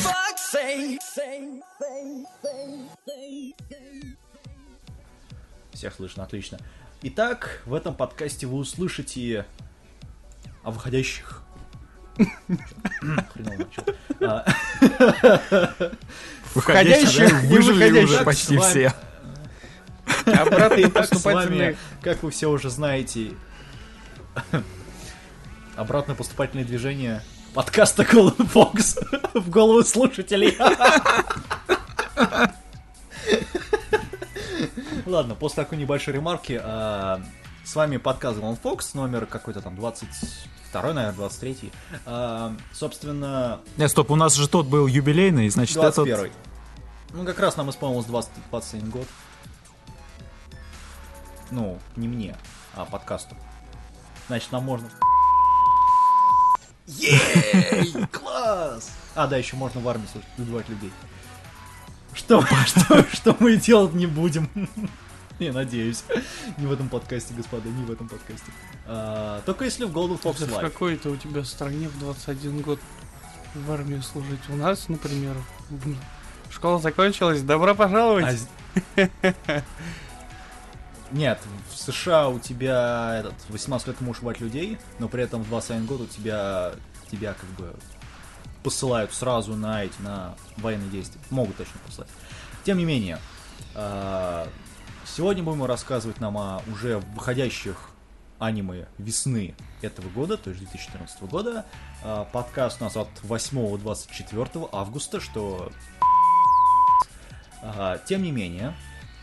Всех слышно, отлично. Итак, в этом подкасте вы услышите о выходящих... Входящих выжили уже почти все. Обратные поступательные... Как вы все уже знаете, обратное поступательное движение подкаста Golden Fox в голову слушателей. Ладно, после такой небольшой ремарки, с вами подкаст Golden Fox, номер какой-то там 22-й, наверное, 23-й. Собственно... Нет, стоп, у нас же тот был юбилейный, значит, 21-й. этот... Ну, как раз нам исполнилось 21 год. Ну, не мне, а подкасту. Значит, нам можно... Ей! Класс! А, да, еще можно в армии убивать людей. Что мы делать не будем? Я надеюсь. Не в этом подкасте, господа, не в этом подкасте. Только если в Golden Fox Live. В какой-то у тебя стране в 21 год в армию служить. У нас, например, школа закончилась, добро пожаловать! Нет, в США у тебя 18 лет можешь убивать людей, но при этом в 21 год у тебя как бы посылают сразу на военные действия. Могут точно послать. Тем не менее, сегодня будем рассказывать нам о уже выходящих аниме весны этого года, то есть 2014 года. Подкаст у нас от 8-24 августа, что... Тем не менее,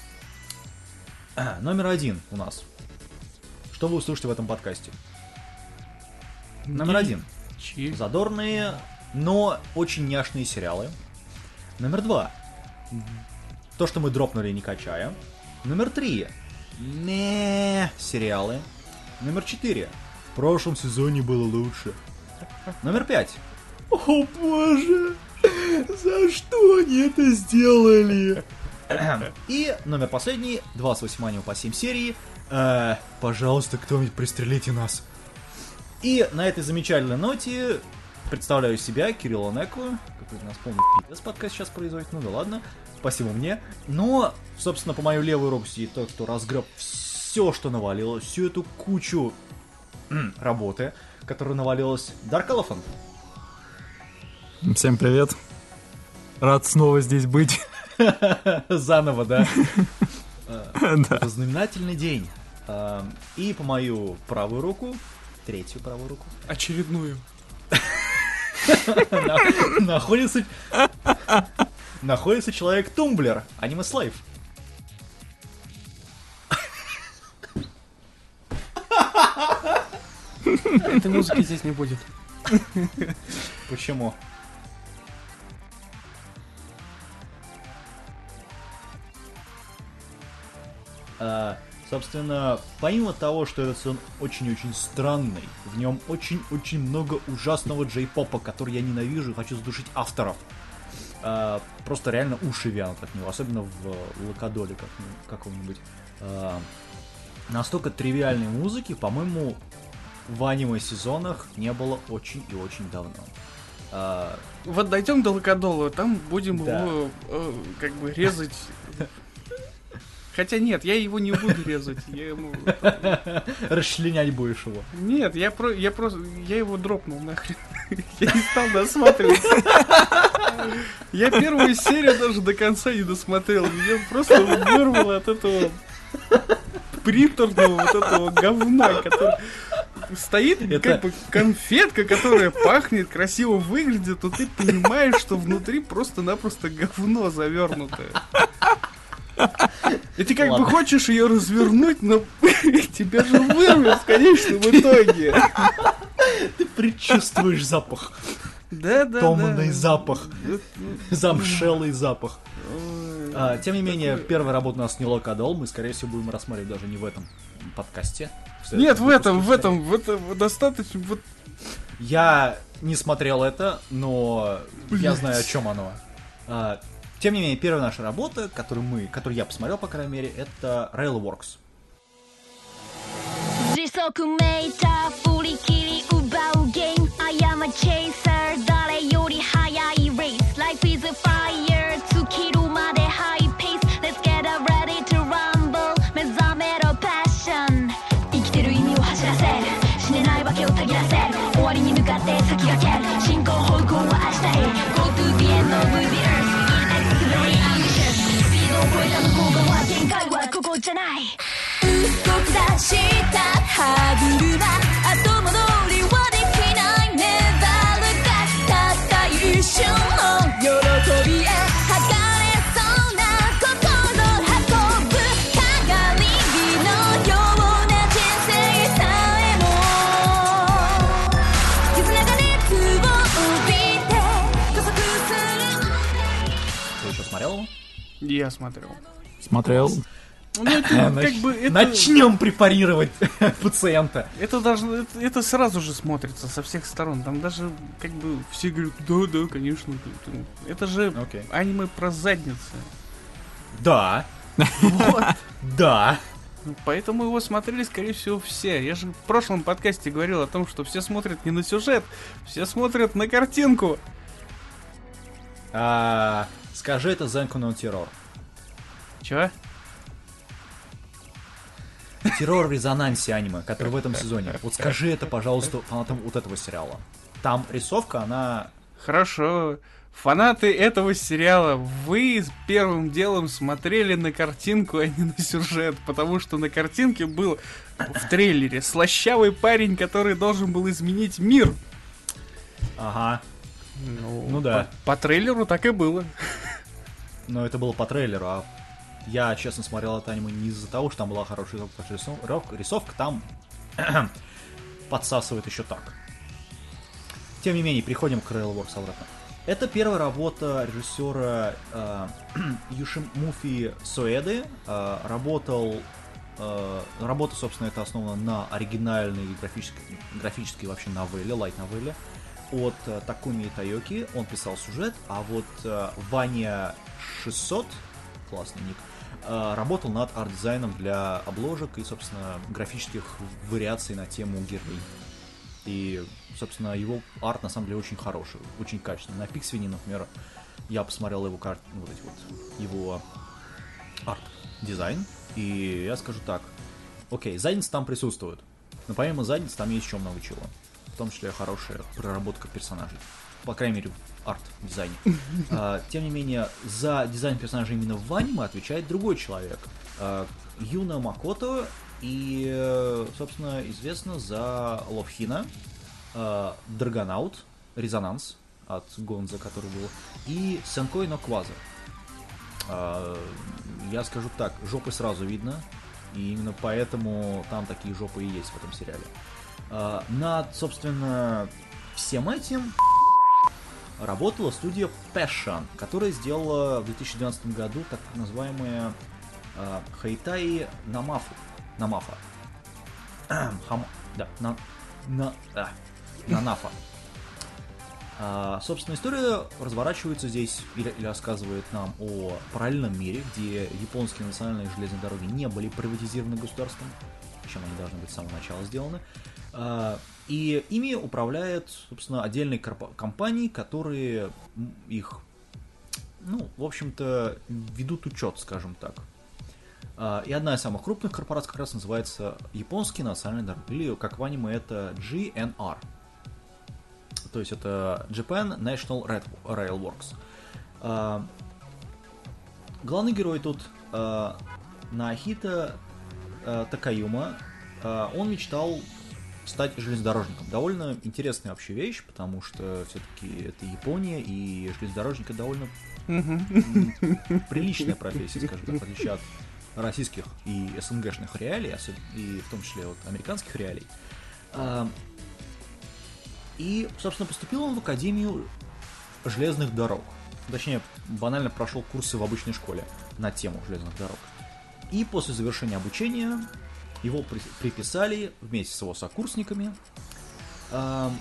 номер один у нас. Что вы услышите в этом подкасте? Номер один. Задорные, но очень няшные сериалы. Номер два. То, что мы дропнули, не качая. Номер три. Сериалы. Номер 4. В прошлом сезоне было лучше. Номер 5. О боже, за что они это сделали? И номер последний. 28 аниме по 7 серий. Пожалуйста, кто-нибудь пристрелите нас. И на этой замечательной ноте представляю себя, Кирилл Онеку. Какой-то у нас полный пи***ц подкаст сейчас производит. Ну да ладно, спасибо мне. Но, собственно, по мою левую руку сидит тот, кто разгреб все, что навалилось, всю эту кучу работы, которая навалилась. Dark Elephant. Всем привет. Рад снова здесь быть. Заново, да? Это знаменательный день. И по мою правую руку, третью правую руку. Очередную. Находится человек-тумблер, Anime Slave. Этой музыки здесь не будет. Почему? Собственно, помимо того, что этот сезон очень-очень странный, в нем очень-очень много ужасного джей-попа, который я ненавижу и хочу задушить авторов. Просто реально уши вянут от него, особенно в Локадоле каком-нибудь. Настолько тривиальной музыки, по-моему, в аниме-сезонах не было очень и очень давно. Вот дойдем до Локадола, там будем Да. его как бы резать. Хотя нет, я его не буду резать. Я ему... Расчленять будешь его. Нет, я его дропнул нахрен. Я не стал досматривать. Я первую серию даже до конца не досмотрел. Меня просто вырвало от этого приторного вот этого говна, который стоит как бы конфетка, которая пахнет, красиво выглядит, но ты понимаешь, что внутри просто-напросто говно завернутое. И ты как бы хочешь ее развернуть, но тебя же вырвет в конечном итоге. Ты предчувствуешь запах. Да. Томный запах. Замшелый запах. Тем не менее, первая работа у нас не Локадол. Мы, скорее всего, будем рассматривать даже не в этом подкасте. Нет, в этом достаточно. Вот. Я не смотрел это, но я знаю, о чем оно. Тем не менее, первая наша работа, которую я посмотрел, по крайней мере, это Railworks. 時速メーター振り切り奪うゲーム I am a chaser 誰より速いレース Like смотрел? Я смотрел. Смотрел. Ну, это как бы... это- Начнем препарировать пациента. Это должно, это сразу же смотрится со всех сторон. Там даже как бы все говорят, да, конечно. Это же Окей. аниме про задницы. Да. Вот. Да. Поэтому его смотрели, скорее всего, все. Я же в прошлом подкасте говорил о том, что все смотрят не на сюжет, все смотрят на картинку. Скажи это Зенку но террор. Чё? Террор в резонансе аниме, который в этом сезоне. Вот скажи это, пожалуйста, фанатам вот этого сериала. Там рисовка, она... Хорошо. Фанаты этого сериала, вы первым делом смотрели на картинку, а не на сюжет, потому что на картинке был в трейлере слащавый парень, который должен был изменить мир. Ага. Ну да. По трейлеру так и было. Но это было по трейлеру, а я, честно, смотрел это аниме не из-за того, что там была хорошая рисовка, там подсасывает еще так. Тем не менее, переходим к Railworks обратно. Это первая работа режиссера Юшимуфи Соэды. Работа, собственно, это основана на оригинальной графической вообще новелле, лайт-новелле от Такуми Тайоки. Он писал сюжет, а вот Ваня 600, классный ник, работал над арт-дизайном для обложек и, собственно, графических вариаций на тему героев. И, собственно, его арт на самом деле очень хороший, очень качественный. На Пиксвине, например, я посмотрел его арт-дизайн, и я скажу так: окей, задницы там присутствуют, но помимо задниц там есть еще много чего, в том числе хорошая проработка персонажей, по крайней мере, в арт-дизайне. Тем не менее, за дизайн персонажей именно в аниме отвечает другой человек, Юна Макото, и, собственно, известна за Ловхина, Драгонаут, Резонанс от Гонза, который был, и Сенкой но Кваза. Я скажу так, жопы сразу видно, и именно поэтому там такие жопы и есть в этом сериале. Над, собственно, всем этим работала студия Passion, которая сделала в 2012 году так называемые Хайтаи Намафа. Нанафа. Собственно, история разворачивается здесь или рассказывает нам о параллельном мире, где японские национальные железные дороги не были приватизированы государством, чем они должны быть с самого начала сделаны. И ими управляют, собственно, отдельные компании, которые их, в общем-то, ведут учет, скажем так. И одна из самых крупных корпораций как раз называется Японский национальный дороги, или как в аниме это GNR. То есть это Japan National Railworks. Главный герой тут Наахита Такаюма. Он мечтал стать железнодорожником. Довольно интересная вообще вещь, потому что все-таки это Япония, и железнодорожник это довольно приличная профессия, скажем так, в отличие от российских и СНГшных реалий, и в том числе от американских реалий. И, собственно, поступил он в Академию железных дорог. Точнее, банально прошел курсы в обычной школе на тему железных дорог. И после завершения обучения его приписали вместе с его сокурсниками к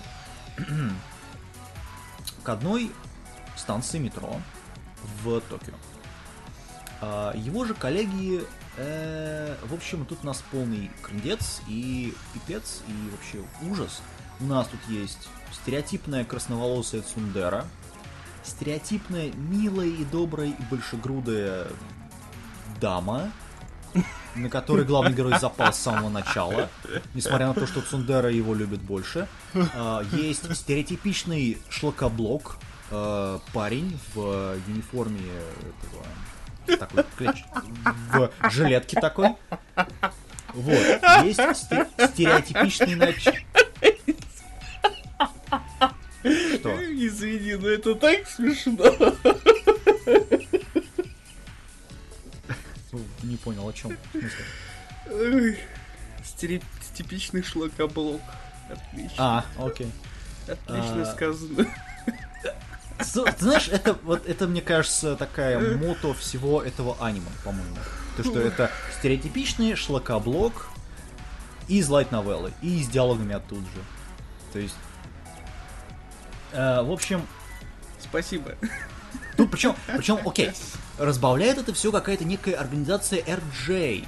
одной станции метро в Токио. Его же коллеги, в общем, тут у нас полный крындец и пипец, и вообще ужас. У нас тут есть стереотипная красноволосая цундера, стереотипная милая и добрая и большегрудая дама, на которой главный герой запал с самого начала, несмотря на то, что цундера его любит больше. Есть стереотипичный шлакоблок, парень в униформе этого... такой в жилетке такой. Вот. Есть стереотипичный начальник. Что? Извини, но это так смешно. Не понял, о чем. Стереотипичный шлакоблок. Отлично. Окей. Отлично сказано. Ты знаешь, это, мне кажется, такая мото всего этого аниме, по-моему. То, что это стереотипичный шлакоблок из лайт-новеллы, и с диалогами оттуда же. То есть, в общем... Спасибо. Ну, причем, окей, разбавляет это все какая-то некая организация RJ.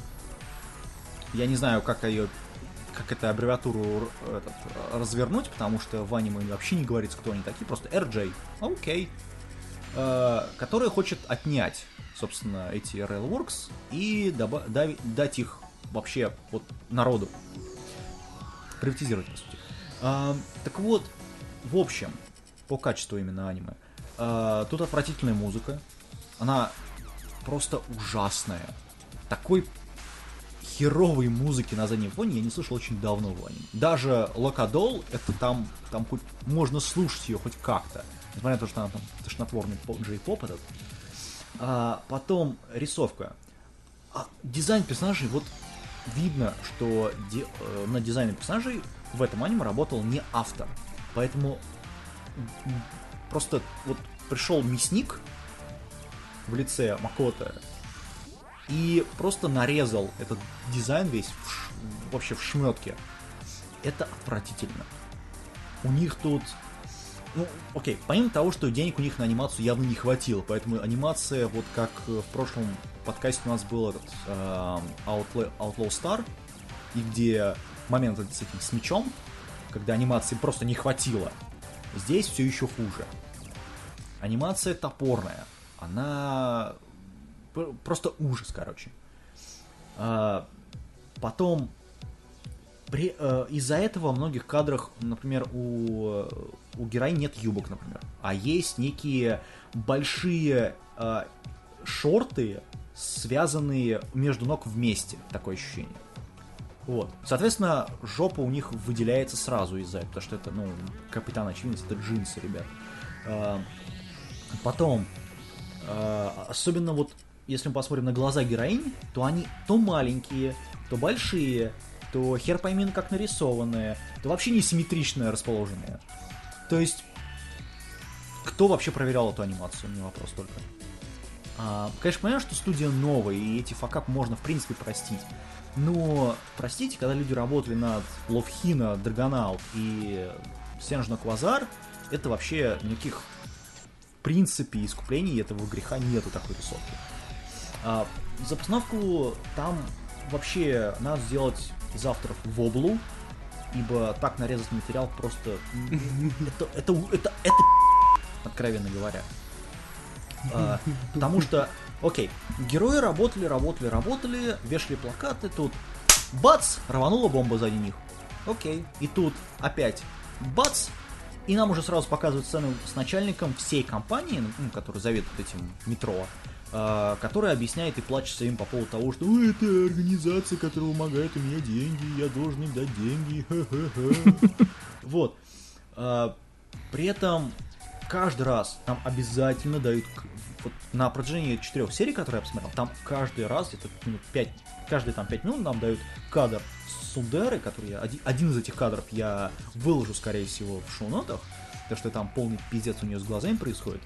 Я не знаю, как эту аббревиатуру развернуть, потому что в аниме вообще не говорится, кто они такие, просто RJ. Окей. Которая хочет отнять, собственно, эти Railworks и дать их вообще вот народу. Приватизировать, по сути. Так вот, в общем, по качеству именно аниме. Тут отвратительная музыка. Она просто ужасная. Такой херовой музыки на заднем фоне я не слышал очень давно в аниме. Даже Локадол, это там хоть можно слушать ее хоть как-то. Несмотря на то, что она там тошнотворный джей-поп этот. Потом рисовка. Дизайн персонажей, вот видно, что на дизайне персонажей в этом аниме работал не автор. Поэтому просто вот пришел мясник в лице Макото и просто нарезал этот дизайн весь вообще в шметке. Это отвратительно. У них тут... Ну, окей, помимо того, что денег у них на анимацию явно не хватило, поэтому анимация, вот как в прошлом подкасте у нас был этот Outlaw Star, и где момент с этим с мечом, когда анимации просто не хватило, здесь все еще хуже. Анимация топорная, она просто ужас, короче. Потом из-за этого в многих кадрах, например, у героинь нет юбок, например, а есть некие большие шорты, связанные между ног вместе, такое ощущение. Вот. Соответственно, жопа у них выделяется сразу из-за этого, потому что это, ну, капитан очевидность, это джинсы, ребят. Потом, особенно вот, если мы посмотрим на глаза героинь, то они то маленькие, то большие, то хер пойми как нарисованные, то вообще несимметрично расположенные. То есть, кто вообще проверял эту анимацию? У меня вопрос только. Конечно, понимаю, что студия новая, и эти факапы можно, в принципе, простить. Но, простите, когда люди работали над Love Hina, Dragonaut и Senjin no Quasar, это вообще никаких, в принципе, искуплений этого греха нету такой рисовки. За постановку там вообще надо сделать из авторов воблу, ибо так нарезать материал просто... Это откровенно говоря. Потому что, окей, герои работали, вешали плакаты, тут бац, рванула бомба сзади них. Окей, и тут опять бац, и нам уже сразу показывают сцену с начальником всей компании, который заведует этим метро, который объясняет и плачется им по поводу того, что это организация, которая вымогает у меня деньги, я должен им дать деньги, ха-ха-ха. Вот. При этом каждый раз нам обязательно дают, вот на протяжении 4 серий, которые я посмотрел, там каждый раз, где-то минут 5, каждые там 5 минут нам дают кадр Сундеры, который один из этих кадров я выложу, скорее всего, в шоу-нотах, потому что там полный пиздец у нее с глазами происходит,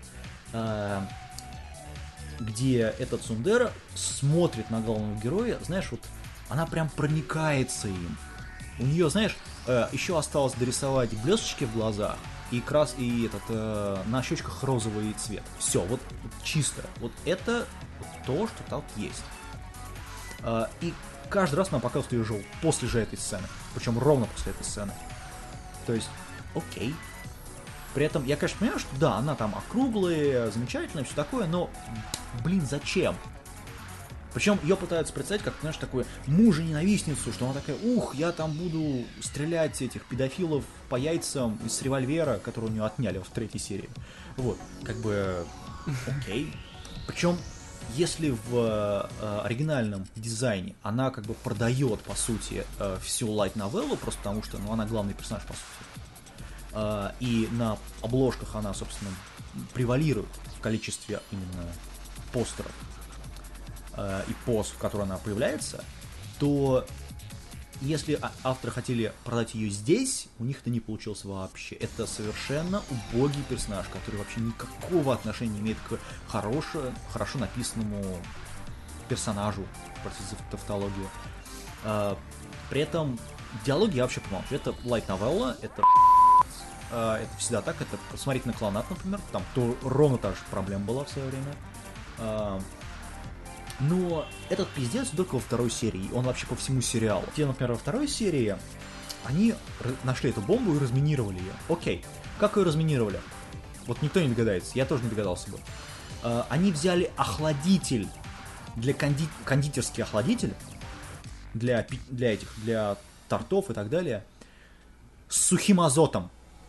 где этот Сундера смотрит на главного героя, знаешь, вот она прям проникается им. У нее, знаешь, еще осталось дорисовать блесточки в глазах, и на щечках розовый цвет. Все, вот чисто. Вот это то, что там есть. И каждый раз нам показывают ее жил после же этой сцены. Причем ровно после этой сцены. То есть, окей. При этом я, конечно, понимаю, что да, она там округлая, замечательная, все такое, но, блин, зачем? Причем ее пытаются представить как, знаешь, такую мужа-ненавистницу, что она такая, я там буду стрелять этих педофилов по яйцам из револьвера, который у нее отняли в 3 серии. Вот, как бы, окей. Причем, если в оригинальном дизайне она как бы продает, по сути, всю лайт-новеллу, просто потому что, она главный персонаж, по сути. И на обложках она, собственно, превалирует в количестве именно постеров и поз, в которой она появляется, то если авторы хотели продать ее здесь, у них это не получилось вообще. Это совершенно убогий персонаж, который вообще никакого отношения не имеет к хорошо написанному персонажу, простите за тавтологию. При этом диалоги я вообще помолчу. Это лайт-новелла, это всегда так. Это посмотреть на Кланат, например, там ровно та же проблема была в свое время. Но этот пиздец только во второй серии. Он вообще по всему сериалу. Те, например, во второй серии они нашли эту бомбу и разминировали ее. Окей. Как ее разминировали? Вот никто не догадается. Я тоже не догадался бы. Они взяли охладитель для кондитерский охладитель для тортов и так далее с сухим азотом.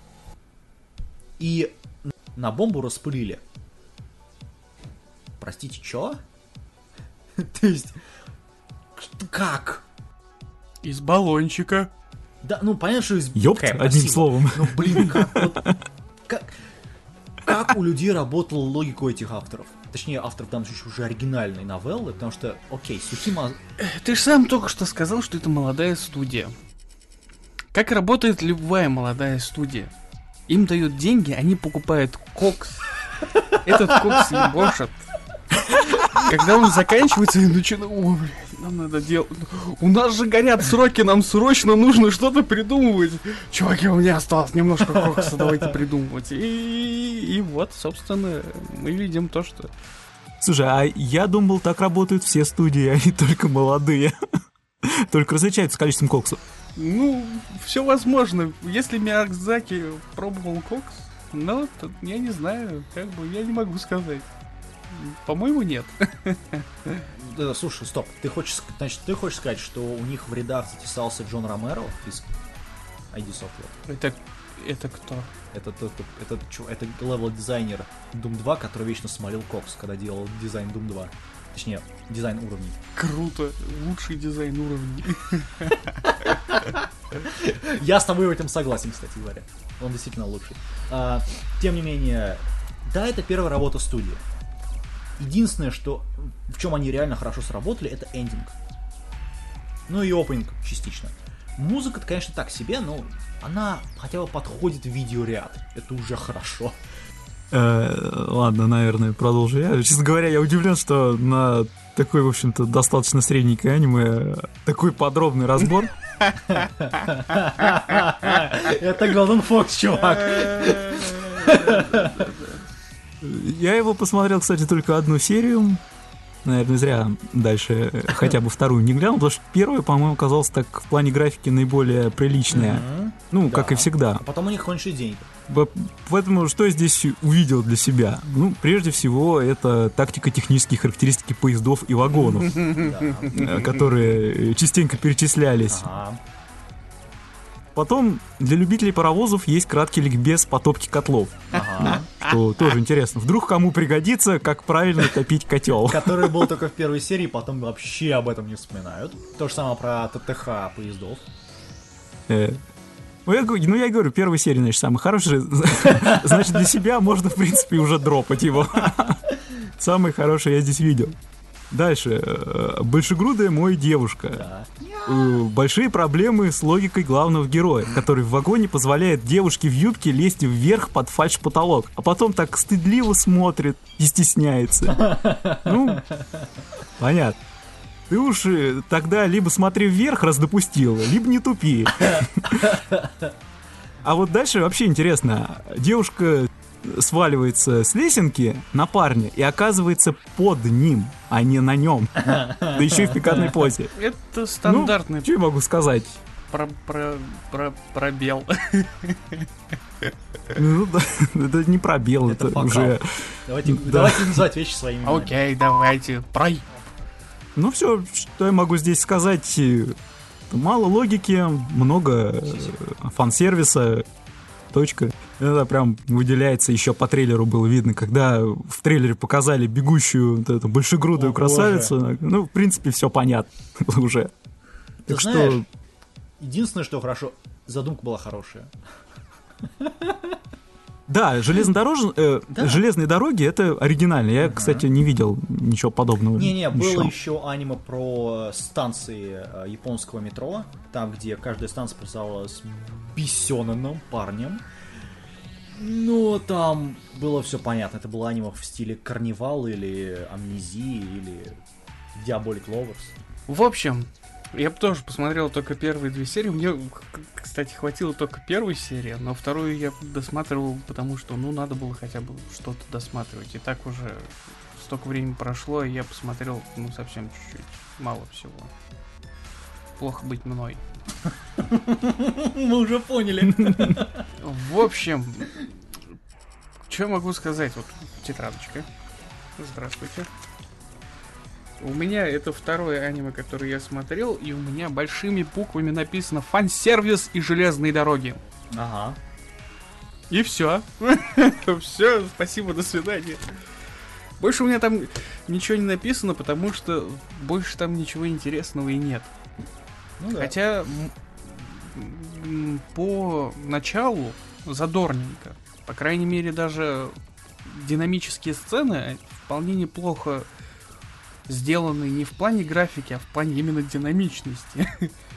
И на бомбу распылили. Простите, чё? То есть, как? Из баллончика. Да, ну понятно, что из... Ёпт, одним словом. Ну блин, как у людей работала логика у этих авторов? Точнее, автор в данном случае уже оригинальной новеллы, потому что, окей, сухим... Ты же сам только что сказал, что это молодая студия. Как работает любая молодая студия? Им дают деньги, они покупают кокс. Этот кокс ебошат. Когда он заканчивается, и начинают, о, блядь, нам надо делать. У нас же горят сроки, нам срочно нужно что-то придумывать. Чуваки, у меня осталось немножко кокса, давайте придумывать. И вот, собственно, мы видим то, что... Слушай, а я думал, так работают все студии, они только молодые. Только различаются количеством коксов. Ну, все возможно. Если Миядзаки пробовал кокс, ну, я не знаю, как бы, я не могу сказать. По-моему, нет. Слушай, стоп. Ты хочешь сказать, что у них в рядах затесался Джон Ромеро из ID Software? Это кто? Это левел-дизайнер Doom 2, который вечно смолил кокс, когда делал дизайн Doom 2. Точнее, дизайн уровней. Круто. Лучший дизайн уровней. Я с тобой в этом согласен, кстати говоря. Он действительно лучший. Тем не менее, да, это первая работа студии. Единственное, в чем они реально хорошо сработали, это эндинг. Ну и опенинг частично. Музыка-то, конечно, так себе, но она хотя бы подходит в видеоряд. Это уже хорошо. Ладно, наверное, продолжу я. Честно говоря, я удивлен, что на такой, в общем-то, достаточно средненькое аниме такой подробный разбор. Это Golden Fox, чувак. Я его посмотрел, кстати, только одну серию. Наверное, зря дальше хотя бы вторую не глянул, потому что первая, по-моему, казалась так в плане графики наиболее приличная. Ну, Да. как и всегда. А потом у них кончились деньги. Поэтому что я здесь увидел для себя? Ну, прежде всего, это тактико-технические характеристики поездов и вагонов, которые частенько перечислялись. Ага. Потом для любителей паровозов есть краткий ликбез по топке котлов. Ага. Что тоже интересно. Вдруг кому пригодится, как правильно топить котел. Который был только в первой серии, потом вообще об этом не вспоминают. То же самое про ТТХ поездов. Ну, я говорю, первая серия, значит, самая хорошая. Значит, для себя можно, в принципе, уже дропать его. Самый хороший я здесь видел. Дальше. Большегрудая мой девушка. Да. Большие проблемы с логикой главного героя, который в вагоне позволяет девушке в юбке лезть вверх под фальш-потолок, а потом так стыдливо смотрит и стесняется. Ну, понятно. Ты уж тогда либо смотри вверх, раз допустил, либо не тупи. А вот дальше вообще интересно. Девушка сваливается с лесенки на парня и оказывается под ним, а не на нем. Да еще и в пикантной позе. Это стандартный Что я могу сказать? пробел. Ну, это не пробел, Это это уже... Давайте называть вещи своими именами. Окей, давайте. Ну все, что я могу здесь сказать? Мало логики, много фан-сервиса, точка. Это прям выделяется, еще по трейлеру было видно, когда в трейлере показали бегущую вот эту большегрудую красавицу. Ну, в принципе, все понятно уже. Ты Так знаешь, что... единственное, что хорошо, задумка была хорошая. Да, железные дороги это оригинально. Я, кстати, не видел ничего подобного. Не-не, было еще аниме про станции японского метро, там, где каждая станция представлялась бесенным парнем. Но там было все понятно. Это было аниме в стиле Карнивал или Амнезии или Diabolic Lovers. В общем, я бы тоже посмотрел только первые 2 серии. Мне, кстати, хватило только первой серии, но вторую я досматривал, потому что, надо было хотя бы что-то досматривать. И так уже столько времени прошло, и я посмотрел, совсем чуть-чуть. Мало всего. Плохо быть мной. Мы уже поняли. В общем, что я могу сказать? Вот тетрадочка. Здравствуйте. У меня это второе аниме, которое я смотрел, и у меня большими буквами написано «Фан-сервис» и «Железные дороги». Ага. И все. Все, спасибо, до свидания. Больше у меня там ничего не написано, потому что больше там ничего интересного и нет. Да. Хотя по началу задорненько. По крайней мере, даже динамические сцены вполне неплохо сделаны не в плане графики, а в плане именно динамичности.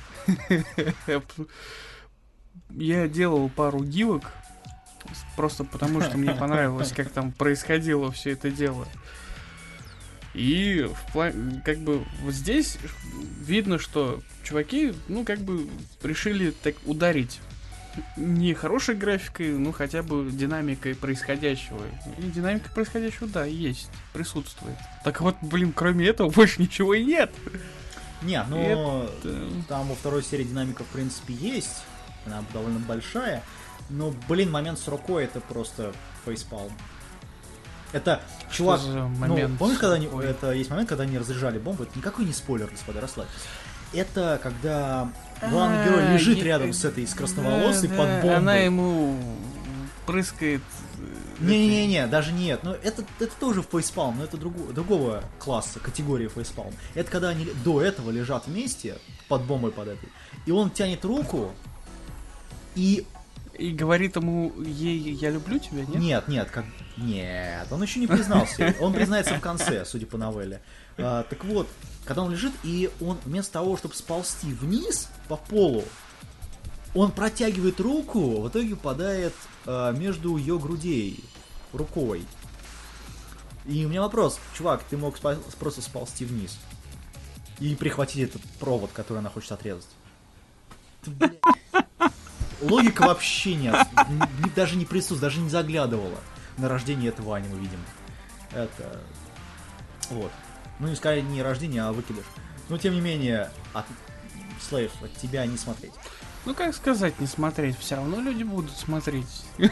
Я делал пару гивок, просто потому что мне понравилось, как там происходило все это дело. И как бы вот здесь видно, что чуваки, решили так ударить не хорошей графикой, хотя бы динамикой происходящего. И динамика происходящего, да, есть, присутствует. Так вот, кроме этого больше ничего и нет. Не, но там во второй серии динамика, в принципе, есть. Она довольно большая. Но, момент с рукой это просто фейспалм. Это, чувак, помнишь, когда это есть момент, когда они разряжали бомбу? Это никакой не спойлер, господа, расслабьтесь. Это когда главный герой лежит рядом с этой красноволосой под бомбой. Она ему прыскает. Не-не-не, даже нет. Но это тоже фейспалм, но это другого класса, категории фейспалм. Это когда они до этого лежат вместе, под бомбой под этой. И он тянет руку и говорит ему ей «я люблю тебя», нет? Нет, он еще не признался. Он признается в конце, судя по новелле. Так вот, когда он лежит, и он вместо того, чтобы сползти вниз по полу, он протягивает руку, в итоге попадает между ее грудей рукой. И у меня вопрос, чувак, ты мог просто сползти вниз и прихватить этот провод, который она хочет отрезать. Логика вообще нет, даже не присутствует, даже не заглядывала на рождение этого аниме, видимо. Это... Вот. Не сказали не рождение, а выкидыш. Но, тем не менее, Слейв, от тебя не смотреть. Как сказать, не смотреть? Все равно люди будут смотреть.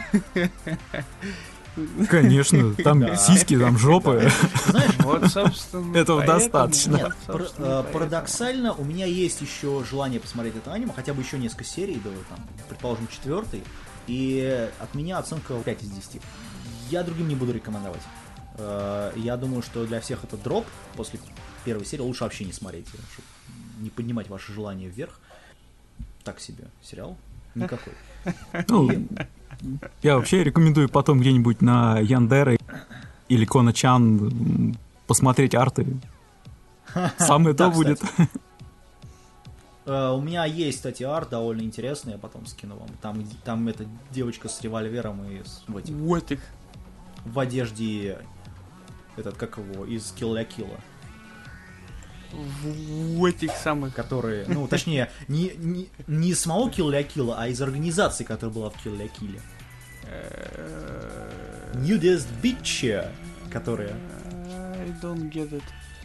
Конечно, там сиськи, там жопы. Знаешь, вот, собственно, этого достаточно. Нет, парадоксально, у меня есть еще желание посмотреть это аниме, хотя бы еще несколько серий, предположим, 4-й, и от меня оценка 5 из 10. Я другим не буду рекомендовать. Я думаю, что для всех это дроп после первой серии, лучше вообще не смотреть, чтобы не поднимать ваше желание вверх. Так себе сериал. Никакой. Я вообще рекомендую потом где-нибудь на Яндере или Кона-чан посмотреть арты. Самое то будет. У меня есть, кстати, арт довольно интересный, я потом скину вам. Там эта девочка с револьвером и в одежде как его, из Kill la Kill. В этих самых... Которые, точнее, не из самого Kill la Kill, а из организации, которая была в Kill la Kill. Nudist Bitch, которая... I don't get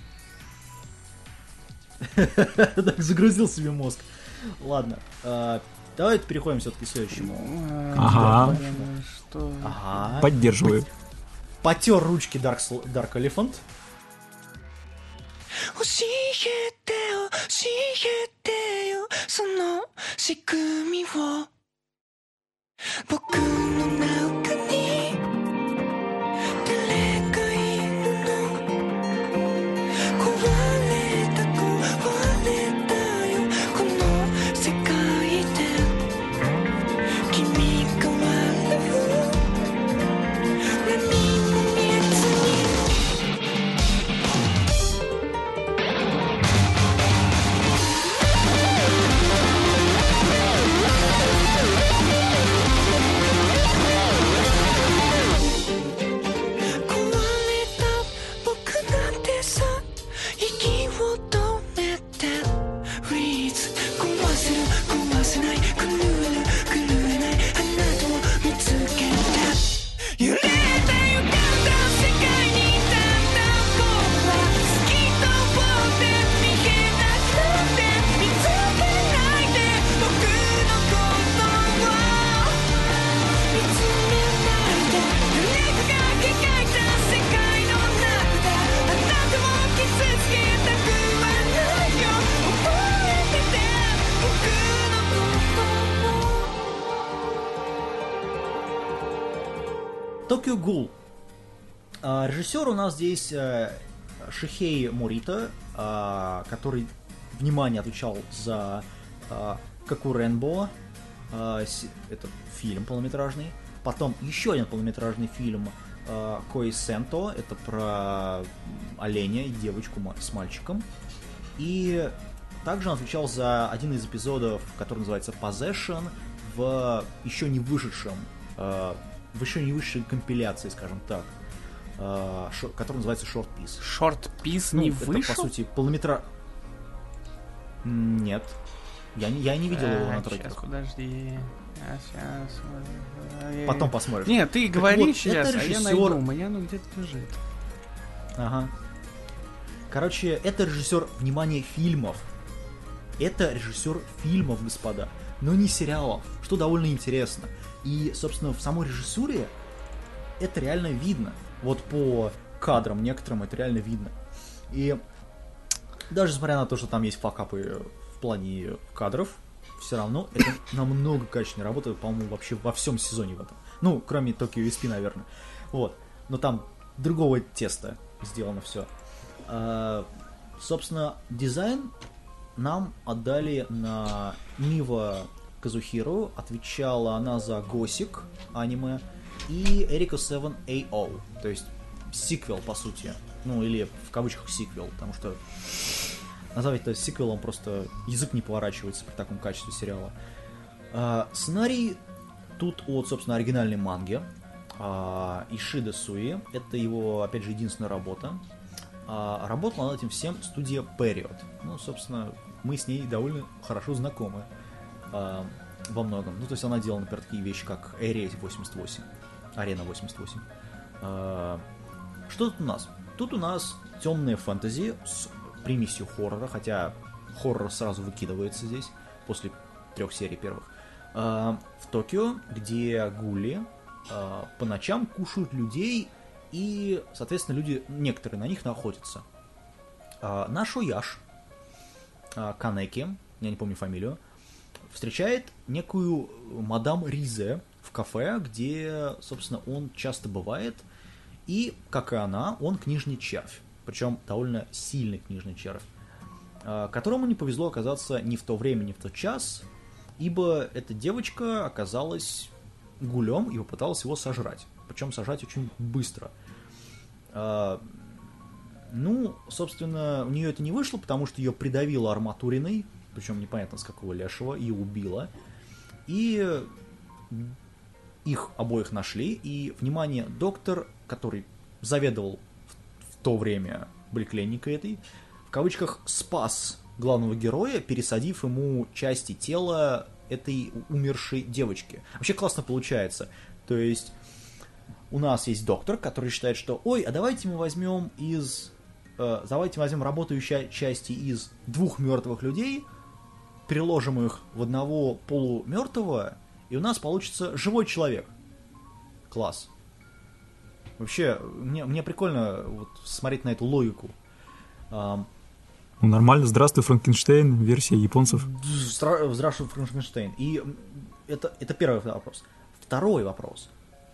it. Так, загрузил себе мозг. Ладно, давайте переходим все-таки к следующему. Ага. Поддерживаю. Потер ручки Dark Elephant. 教えて教えてよその仕組みを僕の中に誰がいるの壊れたよこの世界で君が笑う Токио Гул. Режиссер у нас здесь Шихей Морита, который, внимание, отвечал за Какуренбо, это фильм полнометражный. Потом еще один полнометражный фильм Кои Сенто, это про оленя и девочку с мальчиком. И также он отвечал за один из эпизодов, который называется Possession, в еще не вышедшей компиляции, скажем так, который называется Short Piece. Short Piece не это, вышел? по сути, Нет. Я не видел его на трекерах. Сейчас, подожди. Сейчас. Потом посмотришь. Нет, ты Так говори вот, сейчас, это а я режиссер- найду. У меня где-то лежит. Ага. Короче, это режиссер, внимание, фильмов. Это режиссер фильмов, господа, но не сериалов, что довольно интересно. И, собственно, в самой режиссуре это реально видно. Вот по кадрам некоторым это реально видно. И даже несмотря на то, что там есть факапы в плане кадров, все равно это намного качественнее работает, по-моему, вообще во всем сезоне в этом. Ну, кроме Токио SP, наверное. Вот. Но там другого теста сделано все. Собственно, дизайн нам отдали на Мива Казухиру. Отвечала она за Госик аниме и Эрика 7AO. То есть сиквел, по сути. Ну, или в кавычках сиквел, потому что назвать это сиквелом просто язык не поворачивается при таком качестве сериала. Сценарий тут от, собственно, оригинальной манги Ишида Суи. Это его, опять же, единственная работа. Работала над этим всем студия Period. Ну, собственно, мы с ней довольно хорошо знакомы во многом. Ну, то есть она делала, например, такие вещи, как Arena 88. Что тут у нас? Тут у нас темная фэнтези с примесью хоррора, хотя хоррор сразу выкидывается здесь, после 3 серий первых. В Токио, где гули по ночам кушают людей, и, соответственно, люди, некоторые на них находятся. Наш Ояш, Канеки, я не помню фамилию, встречает некую мадам Ризе в кафе, где, собственно, он часто бывает, и, как и она, он книжный червь, причем довольно сильный книжный червь, которому не повезло оказаться ни в то время, ни в тот час, ибо эта девочка оказалась гулем и попыталась его сожрать, причем сожрать очень быстро. Ну, собственно, у нее это не вышло, потому что ее придавило арматуриной, причем непонятно с какого лешего, и убило. И их обоих нашли, и, внимание, доктор, который заведовал в то время поликлиникой этой, в кавычках, спас главного героя, пересадив ему части тела этой умершей девочки. Вообще классно получается. То есть у нас есть доктор, который считает, что ой, а давайте мы возьмем работающие части из 2 мертвых людей, переложим их в одного полумертвого, и у нас получится живой человек. Класс. Вообще, мне прикольно вот смотреть на эту логику. Ну, нормально. Здравствуй, Франкенштейн, версия японцев. Здравствуй, Франкенштейн. И это первый вопрос. Второй вопрос.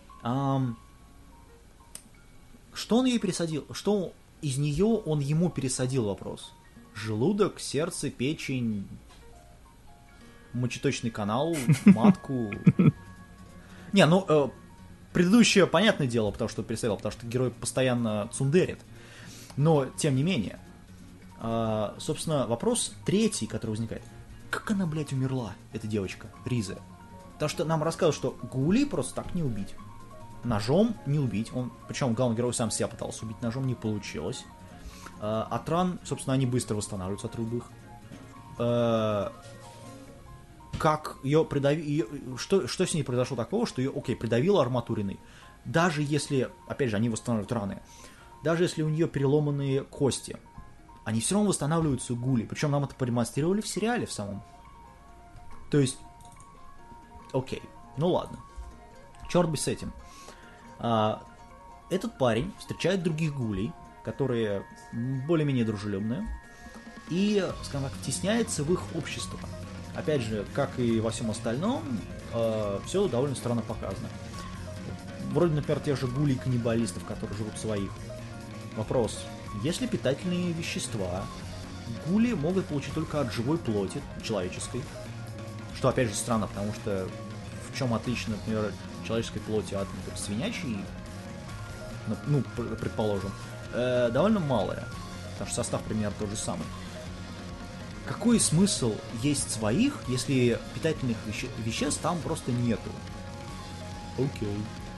Что он ей пересадил? Что из нее он ему пересадил, вопрос? Желудок, сердце, печень, мочеточный канал, матку? Не, ну, предыдущее, понятное дело, потому что пересадил, потому что герой постоянно цундерит. Но, тем не менее, собственно, вопрос третий, который возникает. Как она, блядь, умерла, эта девочка, Риза? Потому что нам рассказывают, что гули просто так не убить. Ножом не убить. Причем главный герой сам себя пытался убить ножом, не получилось. От ран, собственно, они быстро восстанавливаются от любых. Как ее придавили... Что с ней произошло такого, что ее, придавило арматуриной. Даже если, опять же, они восстанавливают раны. Даже если у нее переломанные кости, они все равно восстанавливаются гули. Причем нам это продемонстрировали в сериале в самом. То есть... ну ладно. Черт бы с этим. Этот парень встречает других гулей, которые более-менее дружелюбные, и, скажем так, втесняется в их общество. Опять же, как и во всем остальном, все довольно странно показано. вроде, например, тех же гулей и каннибалистов, которые жрут своих. Вопрос. Если питательные вещества гули могут получить только от живой плоти, человеческой, что, опять же, странно, потому что в чем отличие, например, человеческой плоти от, например, свинячьей, ну, предположим, довольно малое, потому что состав примерно тот же самый. Какой смысл есть своих, если питательных веществ там просто нету? Окей.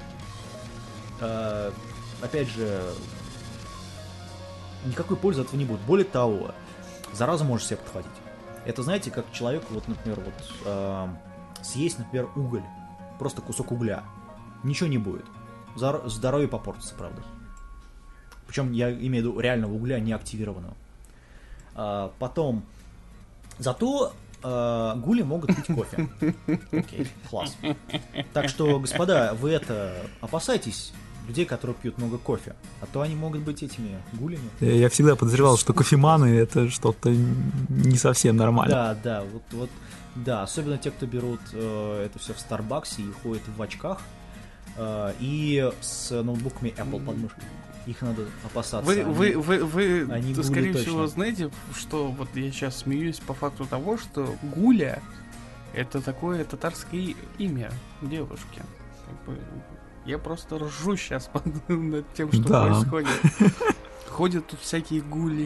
Опять же, никакой пользы от этого не будет. Более того, заразу можешь себе подхватить. Это, знаете, как человек, вот, например, съесть, например, уголь. Просто кусок угля. Ничего не будет. Здоровье попортится, правда. Причем я имею в виду реального угля, не активированного. Потом... Зато гули могут пить кофе. Окей, класс. Так что, господа, вы опасайтесь людей, которые пьют много кофе. А то они могут быть этими гулями. Я всегда подозревал, что кофеманы — это что-то не совсем нормально. Да, вот, да, особенно те, кто берут это все в Старбаксе и ходят в очках и с ноутбуками Apple под мышкой. Их надо опасаться. Вы скорее точно. всего, знаете, что вот я сейчас смеюсь по факту того, что Гуля — это такое татарское имя девушки. Как бы, я просто ржу сейчас над тем, что происходит. Ходят тут всякие гули.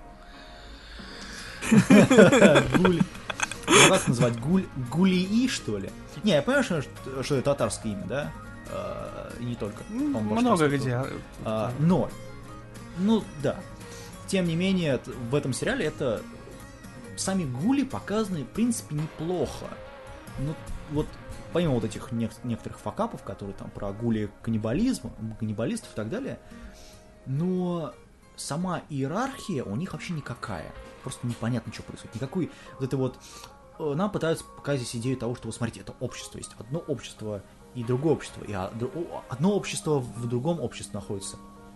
Гуль. Как называть? Гулии, что ли? Не, я понимаю, что это татарское имя, да? И не только. Много где. Но, ну да. Тем не менее, в этом сериале это сами гули показаны, в принципе, неплохо. Ну, вот помимо вот этих некоторых факапов, которые там про гули каннибалистов и так далее, но сама иерархия у них вообще никакая. Просто непонятно, что происходит. Никакой вот это вот... Нам пытаются показать здесь идею того, что, вот смотрите, это общество. Есть одно общество и другое общество. И одно общество в другом обществе находится.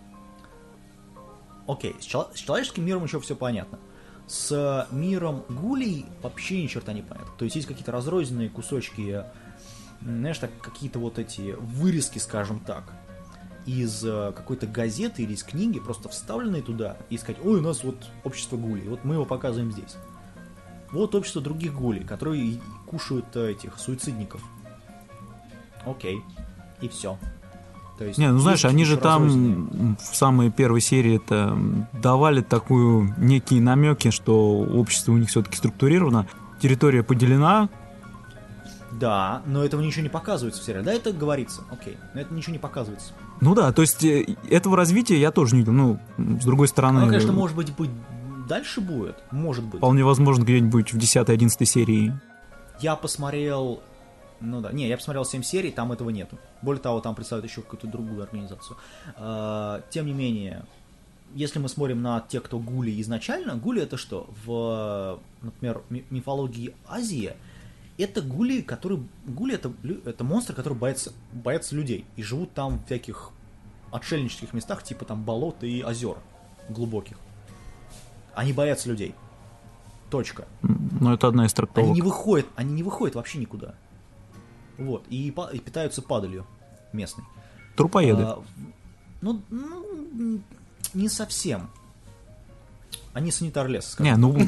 Окей, с человеческим миром еще все понятно. С миром гулей вообще ни черта не понятно. То есть есть какие-то разрозненные кусочки, знаешь, так, какие-то вот эти вырезки, скажем так, из какой-то газеты или из книги, просто вставленные туда, и сказать: ой, у нас вот общество гулей, вот мы его показываем здесь. Вот общество других гулей, которые кушают этих суицидников. Окей. И все. То есть, не, ну знаешь, они же там в самой первой серии-то давали такую некие намеки, что общество у них все-таки структурировано, территория поделена. Да, но этого ничего не показывается в сериале. Да, это говорится, окей, но это ничего не показывается. Ну да, то есть этого развития я тоже не видел. Ну, с другой стороны... Ну, конечно, может быть, дальше будет, может быть. Вполне возможно, где-нибудь в 10-11 серии. Я посмотрел... Ну да, не, я посмотрел 7 серий, там этого нету. Более того, там представляют еще какую-то другую организацию. Тем не менее, если мы смотрим на тех, кто гули изначально, гули это что? В, например, мифологии Азии это гули, которые... Гули это монстры, которые боятся людей и живут там в всяких отшельнических местах, типа там болот и озер глубоких. Они боятся людей. Точка. Ну, это одна из трактовок. Они не выходят вообще никуда. Вот, и питаются падалью местной. Трупоеды. Ну, не совсем. Они санитар-лес, скажем. Не,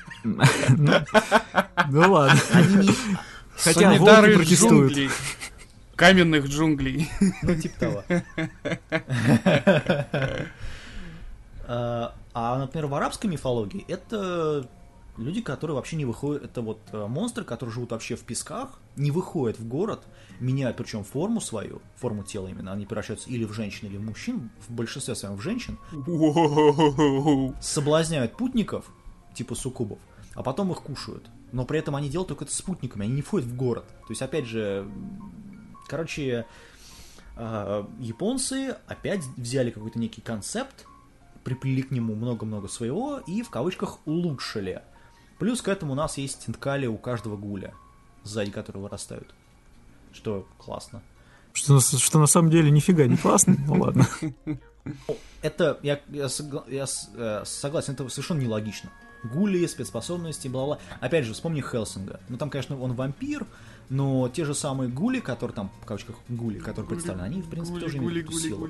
ну ладно. Хотя волки протестуют. Каменных джунглей. Ну, типа того. А, например, в арабской мифологии это люди, которые вообще не выходят, это вот монстры, которые живут вообще в песках, не выходят в город, меняют причем форму свою, форму тела именно, они превращаются или в женщин, или в мужчин, в большинстве своем в женщин, соблазняют путников, типа суккубов, а потом их кушают. Но при этом они делают только это с спутниками, они не входят в город. То есть, опять же, короче, японцы опять взяли какой-то некий концепт, приплели к нему много-много своего и в кавычках улучшили. Плюс к этому у нас есть тинткали у каждого гуля, сзади которого вырастают. Что классно. Что на самом деле нифига не классно, ну ладно. Это, я согласен, это совершенно нелогично. гули, спецспособности, бла-бла. Опять же, вспомни Хелсинга. Ну, там, конечно, он вампир, но те же самые гули, которые там, в кавычках, гули, которые представлены, они, в принципе, тоже имеют эту силу.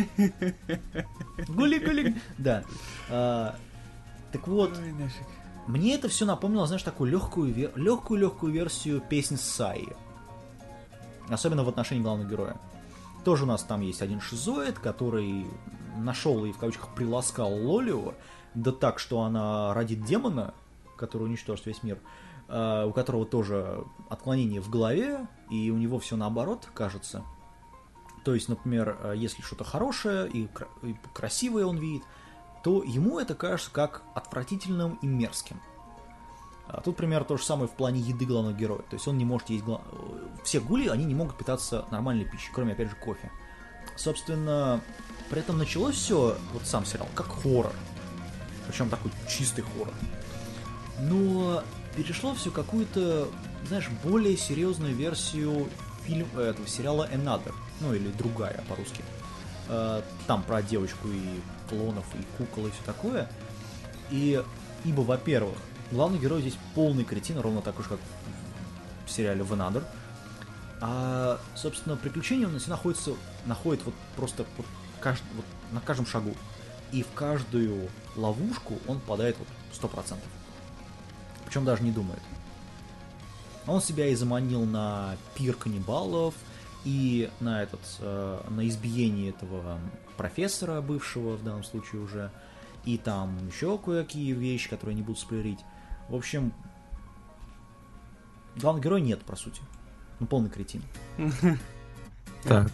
Гули. Да. Так вот, мне это все напомнило, знаешь, такую легкую версию песни Саи. Особенно в отношении главного героя. Тоже у нас там есть один шизоид, который нашел и, в кавычках, приласкал Лолио, да так, что она родит демона, который уничтожит весь мир, у которого тоже отклонение в голове, и у него все наоборот, кажется. То есть, например, если что-то хорошее и красивое он видит, то ему это кажется как отвратительным и мерзким. Тут, пример, то же самое в плане еды главного героя. То есть он не может есть... Все гули, они не могут питаться нормальной пищей, кроме, опять же, кофе. Собственно, при этом началось все, вот сам сериал, как хоррор. Причем такой чистый хоррор. Но перешло все в какую-то, знаешь, более серьезную версию этого сериала Another. Ну, или другая по-русски. Там про девочку и клонов, и кукол, и все такое. Ибо, во-первых, главный герой здесь полный кретин, ровно такой же, как в сериале Another. А, собственно, приключения он находит вот просто вот на каждом шагу. И в каждую ловушку он попадает вот 100%. Причем даже не думает. Он себя и заманил на пир каннибалов, и на избиение этого профессора бывшего, в данном случае уже, и там еще кое-какие вещи, которые не буду спойлерить. В общем, главного героя нет, по сути. Ну, полный кретин. Так.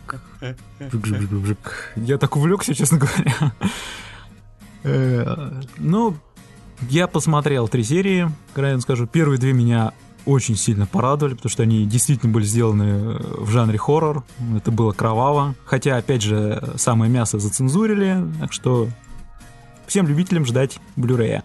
Я так увлекся, честно говоря. Ну, я посмотрел 3 серии, крайне скажу. Первые 2 меня очень сильно порадовали, потому что они действительно были сделаны в жанре хоррор. Это было кроваво. Хотя, опять же, самое мясо зацензурили, так что всем любителям ждать Blu-ray.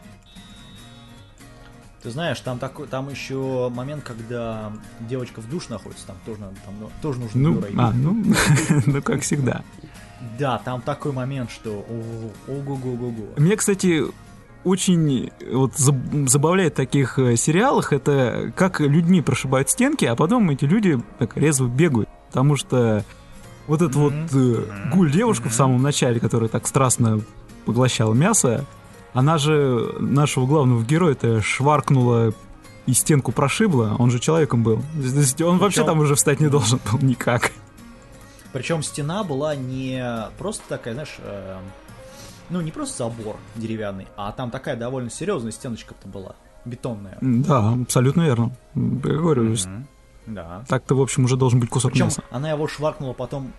Ты знаешь, там еще момент, когда девочка в душ находится, там тоже нужен Blu-ray. Ну, как всегда. Да, там такой момент, что ого-го-го-го. Мне, кстати, очень вот забавляет в таких сериалах, это как людьми прошибают стенки, а потом эти люди так резво бегают. Потому что вот эта гуль-девушка в самом начале, которая так страстно поглощала мясо, она же нашего главного героя-то шваркнула и стенку прошибла, он же человеком был. Он вообще там уже встать не должен был никак. Причем стена была не просто такая, знаешь, не просто забор деревянный, а там такая довольно серьезная стеночка-то была, бетонная. Да, абсолютно верно. Я говорю, да. Так-то, в общем, уже должен быть кусок мяса. Она его шваркнула потом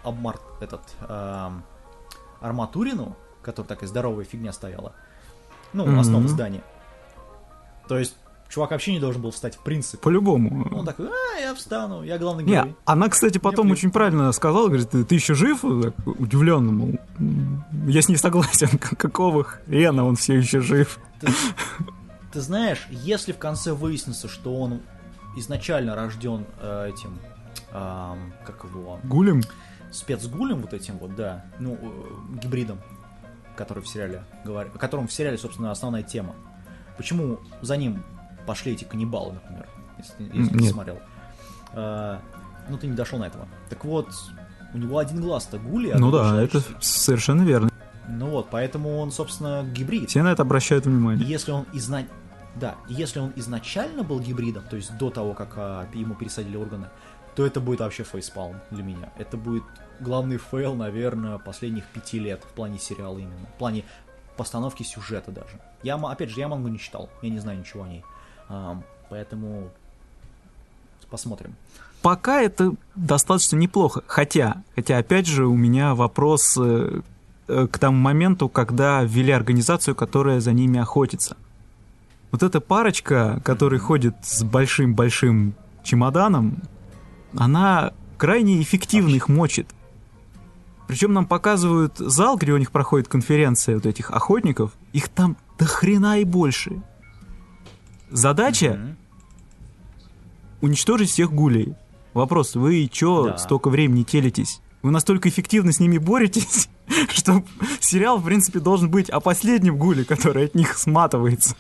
арматурину, которая такая здоровая фигня стояла. Ну, основа здания. То есть, чувак вообще не должен был встать в принципе. По-любому. Он такой, я встану, я главный герой. Не, она, кстати, потом очень правильно сказала, говорит, ты еще жив? Так, удивленно, мол, я с ней согласен, какого хрена он все еще жив? Ты знаешь, если в конце выяснится, что он изначально рожден этим, как его... Гулем? Спецгулем вот этим вот, да, гибридом, который в сериале, о котором в сериале, собственно, основная тема. Почему за ним пошли эти каннибалы, например, если ты смотрел? Ты не дошел на этого. Так вот, у него один глаз-то гули. Ну да, это совершенно верно. Ну вот, поэтому он, собственно, гибрид. Все на это обращают внимание. Если он изначально был гибридом, то есть до того, как ему пересадили органы, то это будет вообще фейспалм для меня. Это будет главный фейл, наверное, последних 5 лет в плане сериала именно. В плане постановки сюжета даже. Я мангу не читал, я не знаю ничего о ней. Поэтому посмотрим. Пока это достаточно неплохо. Хотя, опять же, у меня вопрос к тому моменту, когда ввели организацию, которая за ними охотится. Вот эта парочка, которая ходит с большим-большим чемоданом, она крайне эффективно их мочит. Причем нам показывают зал, где у них проходит конференция вот этих охотников. Их там до хрена и больше. Задача уничтожить всех гулей. Вопрос, вы чё столько времени телитесь? Вы настолько эффективно с ними боретесь, что сериал, в принципе, должен быть о последнем гуле, который от них сматывается.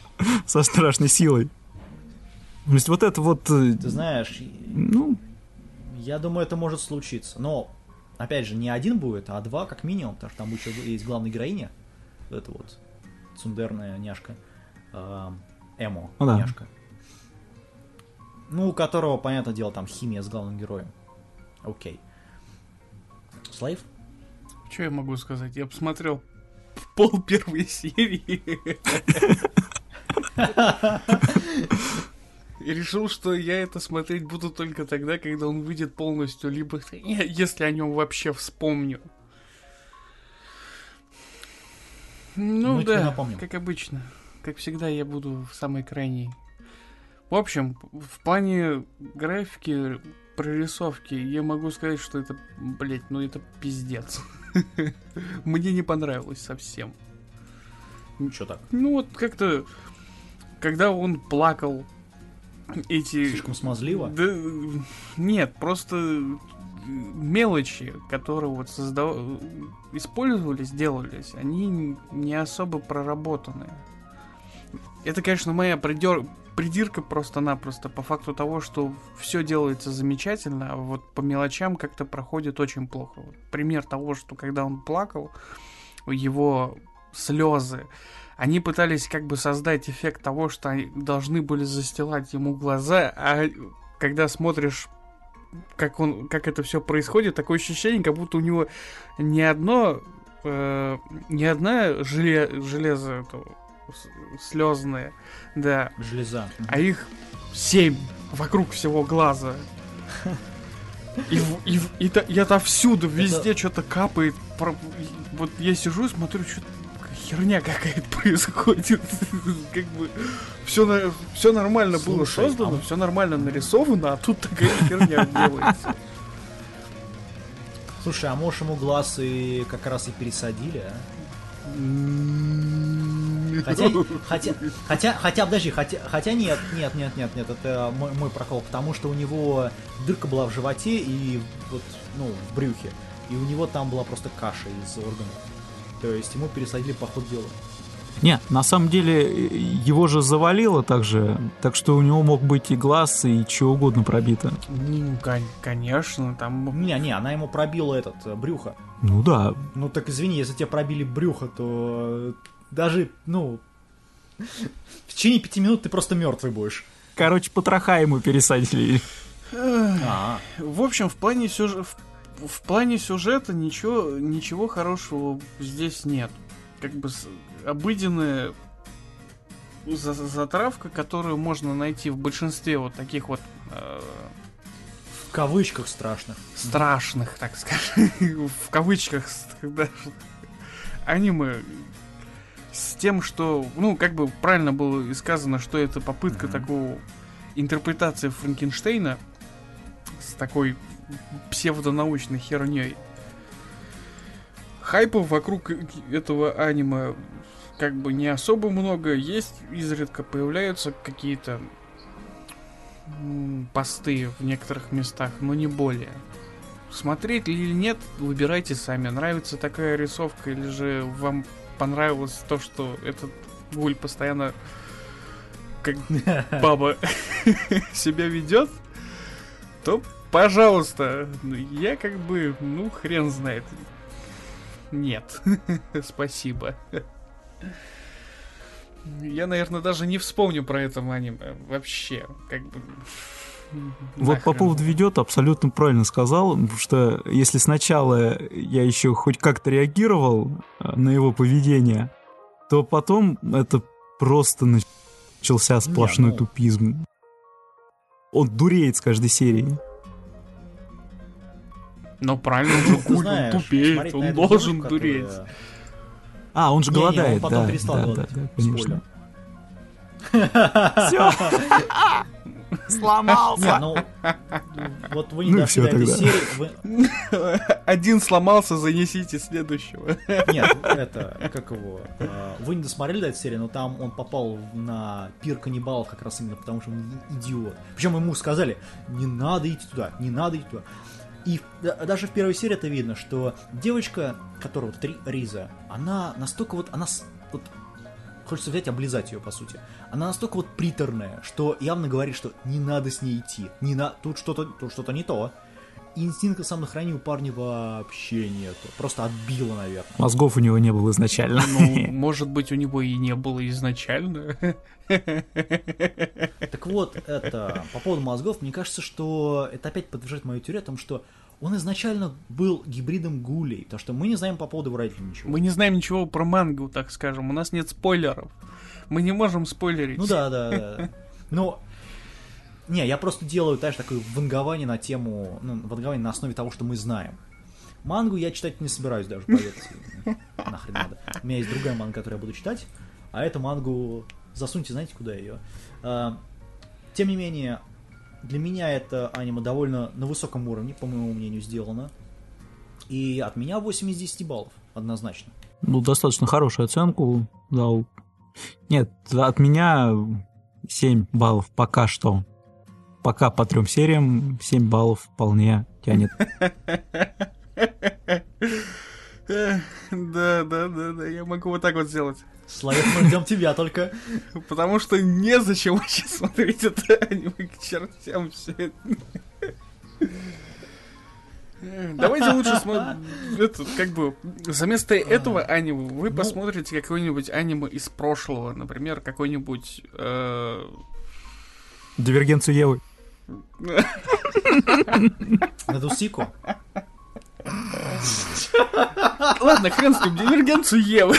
со страшной силой. То есть вот это вот... Ты знаешь, Ну, я думаю, это может случиться. Но, опять же, не один будет, а два как минимум, потому что там еще есть главная героиня. Это вот цундерная няшка. Эмо, Ну да. няшка. Ну, у которого, понятное дело, там химия с главным героем. Окей. Слейв? Что я могу сказать? Я посмотрел пол первой серии. И решил, что я это смотреть буду только тогда, когда он выйдет полностью, либо если о нем вообще вспомню. Ну Мы тебе да, напомним. как обычно. Как всегда, я буду в самой крайней. В общем, в плане графики, прорисовки, я могу сказать, что это, блять, ну это пиздец. Мне не понравилось совсем. Ничего так. Ну вот как-то, когда он плакал, эти... Слишком смазливо? Да, нет, просто мелочи, которые вот использовались, делались, они не особо проработаны. Это, конечно, моя придирка просто-напросто по факту того, что все делается замечательно, а вот по мелочам как-то проходит очень плохо. Вот пример того, что когда он плакал, его слезы, они пытались как бы создать эффект того, что они должны были застилать ему глаза, а когда смотришь, как это все происходит, такое ощущение, как будто у него не одна железо это, слезное, да, Железа. а их 7 вокруг всего глаза. И отовсюду, везде что-то капает. Вот я сижу и смотрю, что-то херня какая-то происходит. Как бы все нормально было Слушай, создано, все нормально нарисовано, а тут такая херня делается. Слушай, а может ему глаз и как раз и пересадили, а? Хотя нет, это мой прокол, потому что у него дырка была в животе и вот, ну, в брюхе, и у него там была просто каша из органов, то есть ему пересадили по ходу дела. нет, на самом деле его же завалило также, так что у него мог быть и глаз, и чего угодно пробито. Ну, конечно, там... Не, она ему пробила брюхо. Ну да. Ну так извини, если тебе пробили брюхо, то даже, ну, в течение 5 минут ты просто мертвый будешь. Короче, потроха ему пересадили. В общем, в плане сюжета ничего хорошего здесь нет. Как бы обыденная затравка, которую можно найти в большинстве вот таких вот В кавычках страшных. страшных, так скажем, в кавычках, да, аниме, с тем, что, ну, как бы правильно было и сказано, что это попытка такого интерпретации Франкенштейна с такой псевдонаучной херней. Хайпов вокруг этого аниме как бы не особо много. Есть, изредка появляются какие-то посты в некоторых местах, но не более. Смотреть или нет, выбирайте сами. Нравится такая рисовка, или же вам понравилось то, что этот гуль постоянно как баба себя ведет, то пожалуйста. Я как бы, ну, хрен знает. Нет. Спасибо. Я, наверное, даже не вспомню про это аниме. Вообще, как бы... Вот по поводу видео ты абсолютно правильно сказал, потому что если сначала я еще хоть как-то реагировал на его поведение, то потом это просто начался сплошной тупизм. Он дуреет с каждой серии. Но правильно, он же Ты знаешь, он тупеет, смотреть на он эту должен девушку, дуреть. которая- А, он же Не, голодает, он потом да, перестал да, голодать. да, конечно. Спойлер. Все. Сломался. Не, ну, вот вы не Ну и дошли всё до этой тогда. серии. Один сломался, занесите следующего. Нет, это, как его... Вы не досмотрели до этой серии, но там он попал на пир каннибалов как раз именно потому, что он идиот. Причем ему сказали, не надо идти туда, не надо идти туда. И даже в первой серии это видно, что девочка, которая вот Риза, она настолько вот, она вот хочется взять и облизать ее, по сути. Она настолько вот приторная, что явно говорит, что не надо с ней идти. Тут что-то не то. Инстинкта самосохранения у парня вообще нету. Просто отбило, наверное. Мозгов у него не было изначально. Ну, может быть, у него и не было изначально. Так вот, это по поводу мозгов, мне кажется, что это опять подтверждает мою теорию о том, что он изначально был гибридом гулей, потому что мы не знаем по поводу его родителей ничего. Мы не знаем ничего про мангу, так скажем. У нас нет спойлеров. Мы не можем спойлерить. Ну да. Ну, не, я просто делаю, знаешь, такое вангование на тему, вангование на основе того, что мы знаем. Мангу я читать не собираюсь даже, поверьте. Нахрен надо. У меня есть другая манга, которую я буду читать, а эту мангу засуньте, знаете, куда ее. Тем не менее, для меня это аниме довольно на высоком уровне, по моему мнению, сделано. И от меня 8 из 10 баллов, однозначно. Ну, достаточно хорошую оценку дал. Нет, от меня 7 баллов пока что. Пока по 3 сериям 7 баллов вполне тянет. Да, я могу вот так вот сделать. Славик, мы ждем тебя только. Потому что незачем вообще смотреть это аниме к чертям все это. Давайте лучше за место этого аниме вы посмотрите какое-нибудь аниме из прошлого, например, какой-нибудь... Дивергенцию Евы. Надусику. Ладно, хрен с ним, Дивергенцию Евы.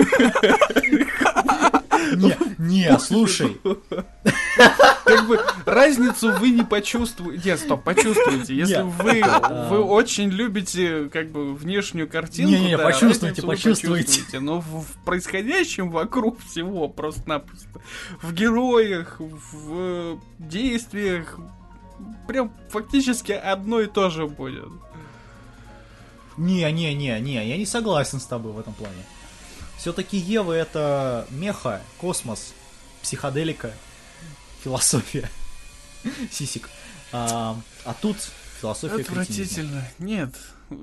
Не, слушай. Как бы разницу вы не почувствуете. Нет, стоп, почувствуете. Если вы очень любите как бы внешнюю картинку, не, да, почувствуйте. почувствуете. Но в происходящем вокруг всего просто-напросто, в героях, в действиях, прям фактически одно и то же будет. Не, я не согласен с тобой в этом плане. Все-таки Ева это меха, космос, психоделика, философия, сисик. А тут философия отвратительно. Нет.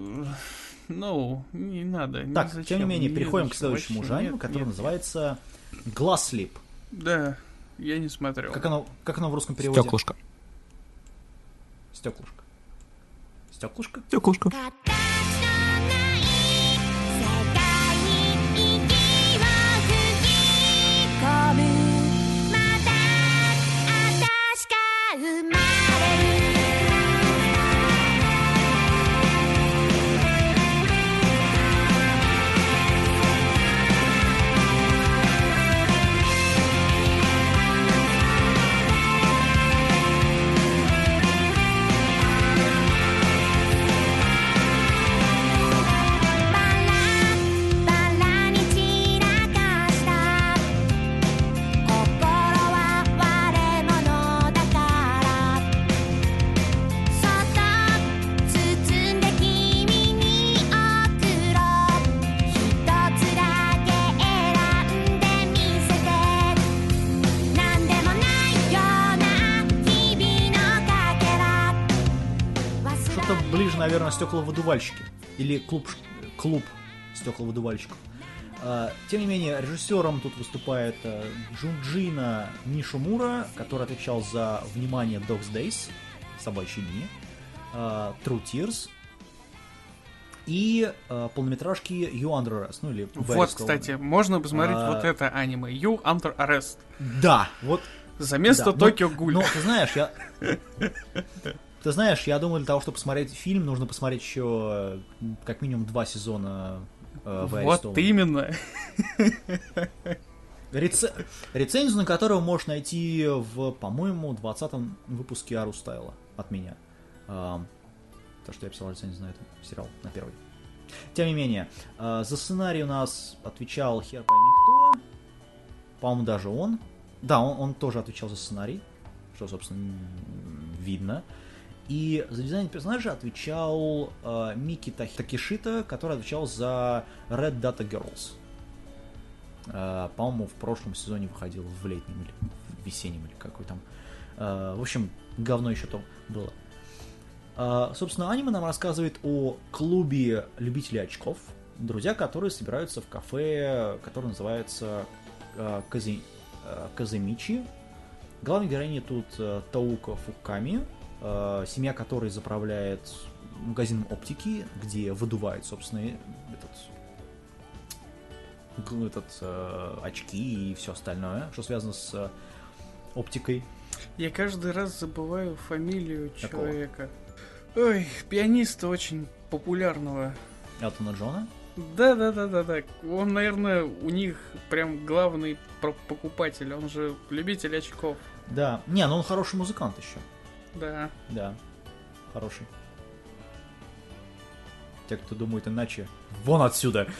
Не надо. Так, тем не менее, переходим к следующему жанру, который называется Glass Slip. Да, я не смотрел. Как оно в русском переводе? Стеклышко. Стеклышко. Стеклышко? Стеклышко. что ближе, наверное, стекловыдувальщики. Или клуб стекловыдувальщиков. Тем не менее, режиссером тут выступает Джунджино Нишимура, который отвечал за «Внимание, Dog's Days», «Собачьи дни», «True Tears» и полнометражки «You Under Arrest», ну или вот, кстати, можно посмотреть вот это аниме «You Under Arrest». Да, вот. За место Токио Гуль. Но ты знаешь, я думаю, для того, чтобы посмотреть фильм, нужно посмотреть еще как минимум 2 сезона вот именно. Рецензию на которую можешь найти в, по-моему, 20-м выпуске Ару Стайла от меня. То, что я писал рецензию на этот сериал, на первый. Тем не менее, за сценарий у нас отвечал хер пойми кто. По-моему, даже он. Да, он тоже отвечал за сценарий, что, собственно, видно. И за дизайн персонажа отвечал Мики Такешита, который отвечал за Red Data Girls. По-моему, в прошлом сезоне выходил в летнем или в весеннем, или какой там. В общем, говно еще то было. Собственно, аниме нам рассказывает о клубе любителей очков. Друзья, которые собираются в кафе, которое называется Каземичи. Главной героиней тут Таука Фуками, семья которой заправляет магазином оптики, где выдувает, собственно, очки и все остальное, что связано с оптикой. Я каждый раз забываю фамилию Какого? человека. Ой, пианиста очень популярного. Элтона Джона. Да. Он, наверное, у них прям главный покупатель. Он же любитель очков. Да. Не, ну он хороший музыкант еще. Да. Да. Хороший. Те, кто думает иначе, вон отсюда!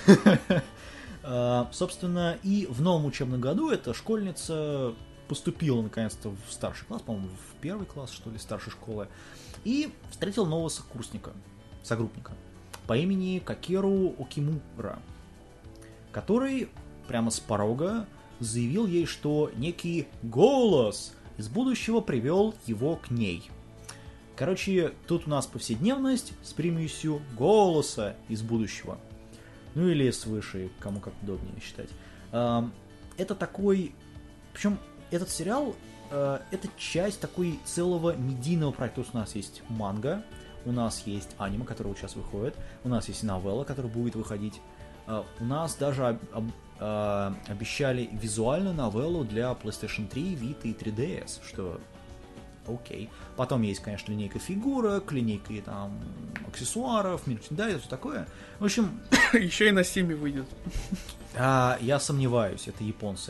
Собственно, и в новом учебном году эта школьница поступила наконец-то в старший класс, по-моему, в первый класс, что ли, старшей школы, и встретила нового согруппника по имени Какеру Окимура, который прямо с порога заявил ей, что некий голос из будущего привел его к ней. Короче, тут у нас повседневность с примесью голоса из будущего. Ну или свыше, кому как удобнее считать. Это такой... Причем этот сериал, это часть такой целого медийного проекта. То есть у нас есть манга, у нас есть аниме, которое сейчас выходит, у нас есть новелла, которая будет выходить. У нас даже обещали визуальную новеллу для PlayStation 3, Vita и 3DS, что... Окей. Потом есть, конечно, линейка фигурок, линейка там аксессуаров, мерчендайза, все такое. В общем... Еще и на Steam выйдет. Я сомневаюсь, это японцы.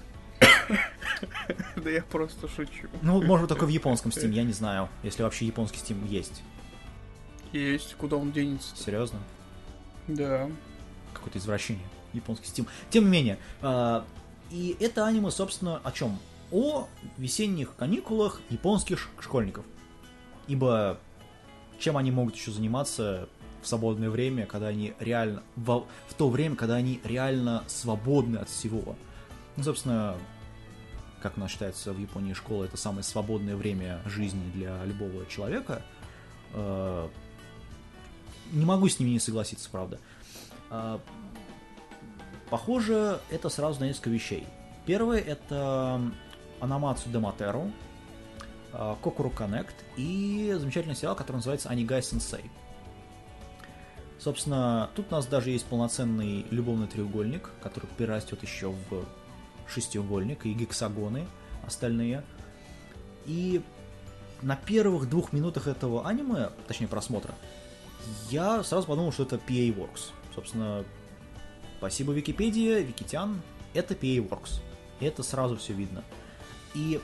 Да я просто шучу. Ну, может быть, только в японском Steam, я не знаю, если вообще японский Steam есть. Есть, куда он денется. Серьезно? Да. Какое-то извращение. Японский Steam. Тем не менее, и это аниме, собственно, о чем? О весенних каникулах японских школьников. Ибо чем они могут еще заниматься в свободное время, когда они реально... В то время, когда они реально свободны от всего. Ну, собственно, как у нас считается в Японии, школа — это самое свободное время жизни для любого человека. Не могу с ними не согласиться, правда. Похоже, это сразу на несколько вещей. Первое — это Анамацу Дематеру, Kokoro Connect и замечательный сериал, который называется Анигай Сенсей. Собственно, тут у нас даже есть полноценный любовный треугольник, который перерастет еще в шестиугольник и гексагоны остальные. И на первых 2 минутах этого аниме, точнее просмотра, я сразу подумал, что это PA Works. Собственно, спасибо Википедия, Викитян, это PA Works. И это сразу все видно. И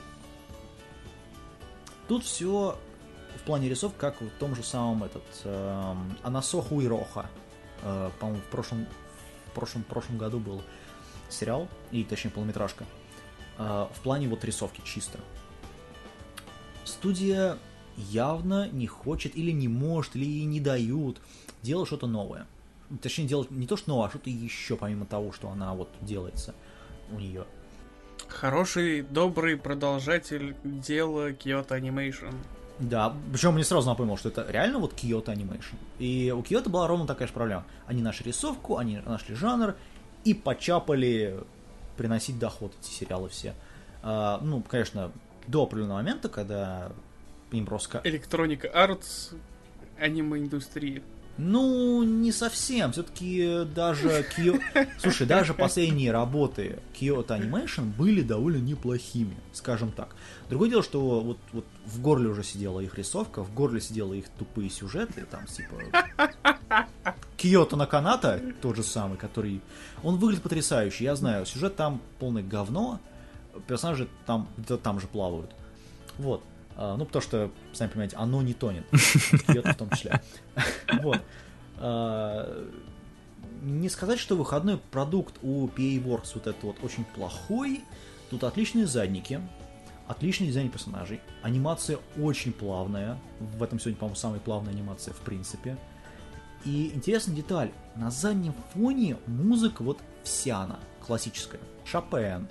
тут все в плане рисов, как в том же самом Анасоху Ироха. По-моему, в прошлом году был сериал, и точнее полнометражка. В плане вот рисовки чисто. Студия явно не хочет или не может, или ей не дают делать что-то новое. Точнее, делать не то, что новое, а что-то еще, помимо того, что она вот делается у нее. Хороший, добрый продолжатель дела Kyoto Animation. Да, причем мне сразу напомнил, что это реально вот Kyoto Animation. И у Kyoto была ровно такая же проблема. Они нашли рисовку, они нашли жанр и почапали приносить доход эти сериалы все. Ну, конечно, до определенного момента, когда им просто... Electronic Arts, аниме-индустрия. Ну, не совсем. Все-таки даже... Слушай, даже последние работы Kyoto Animation были довольно неплохими, скажем так. Другое дело, что вот в горле уже сидела их рисовка, в горле сидела их тупые сюжеты, там, типа... Киото Наканата, тот же самый, который... Он выглядит потрясающе, я знаю. Сюжет там полное говно, персонажи там где-то там же плавают. Вот. Ну, потому что, сами понимаете, оно не тонет. Киото в том числе. Вот. Не сказать, что выходной продукт у PA Works вот этот вот очень плохой. Тут отличные задники, отличный дизайн персонажей. Анимация очень плавная. В этом сегодня, по-моему, самая плавная анимация в принципе. И интересная деталь. На заднем фоне музыка вот вся она. Классическая. Шопен.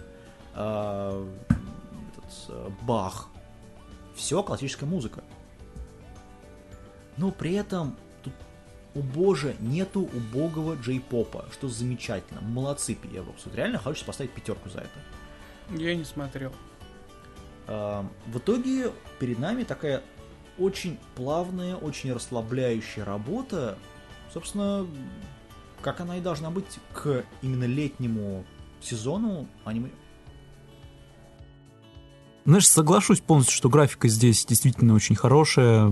Бах. Все классическая музыка. Но при этом тут о боже, нету убогого джей-попа, что замечательно, молодцы Европс. Вот реально хочется поставить 5 за это. Я не смотрел. В итоге перед нами такая очень плавная, очень расслабляющая работа, собственно, как она и должна быть к именно летнему сезону аниме. Знаешь, соглашусь полностью, что графика здесь действительно очень хорошая.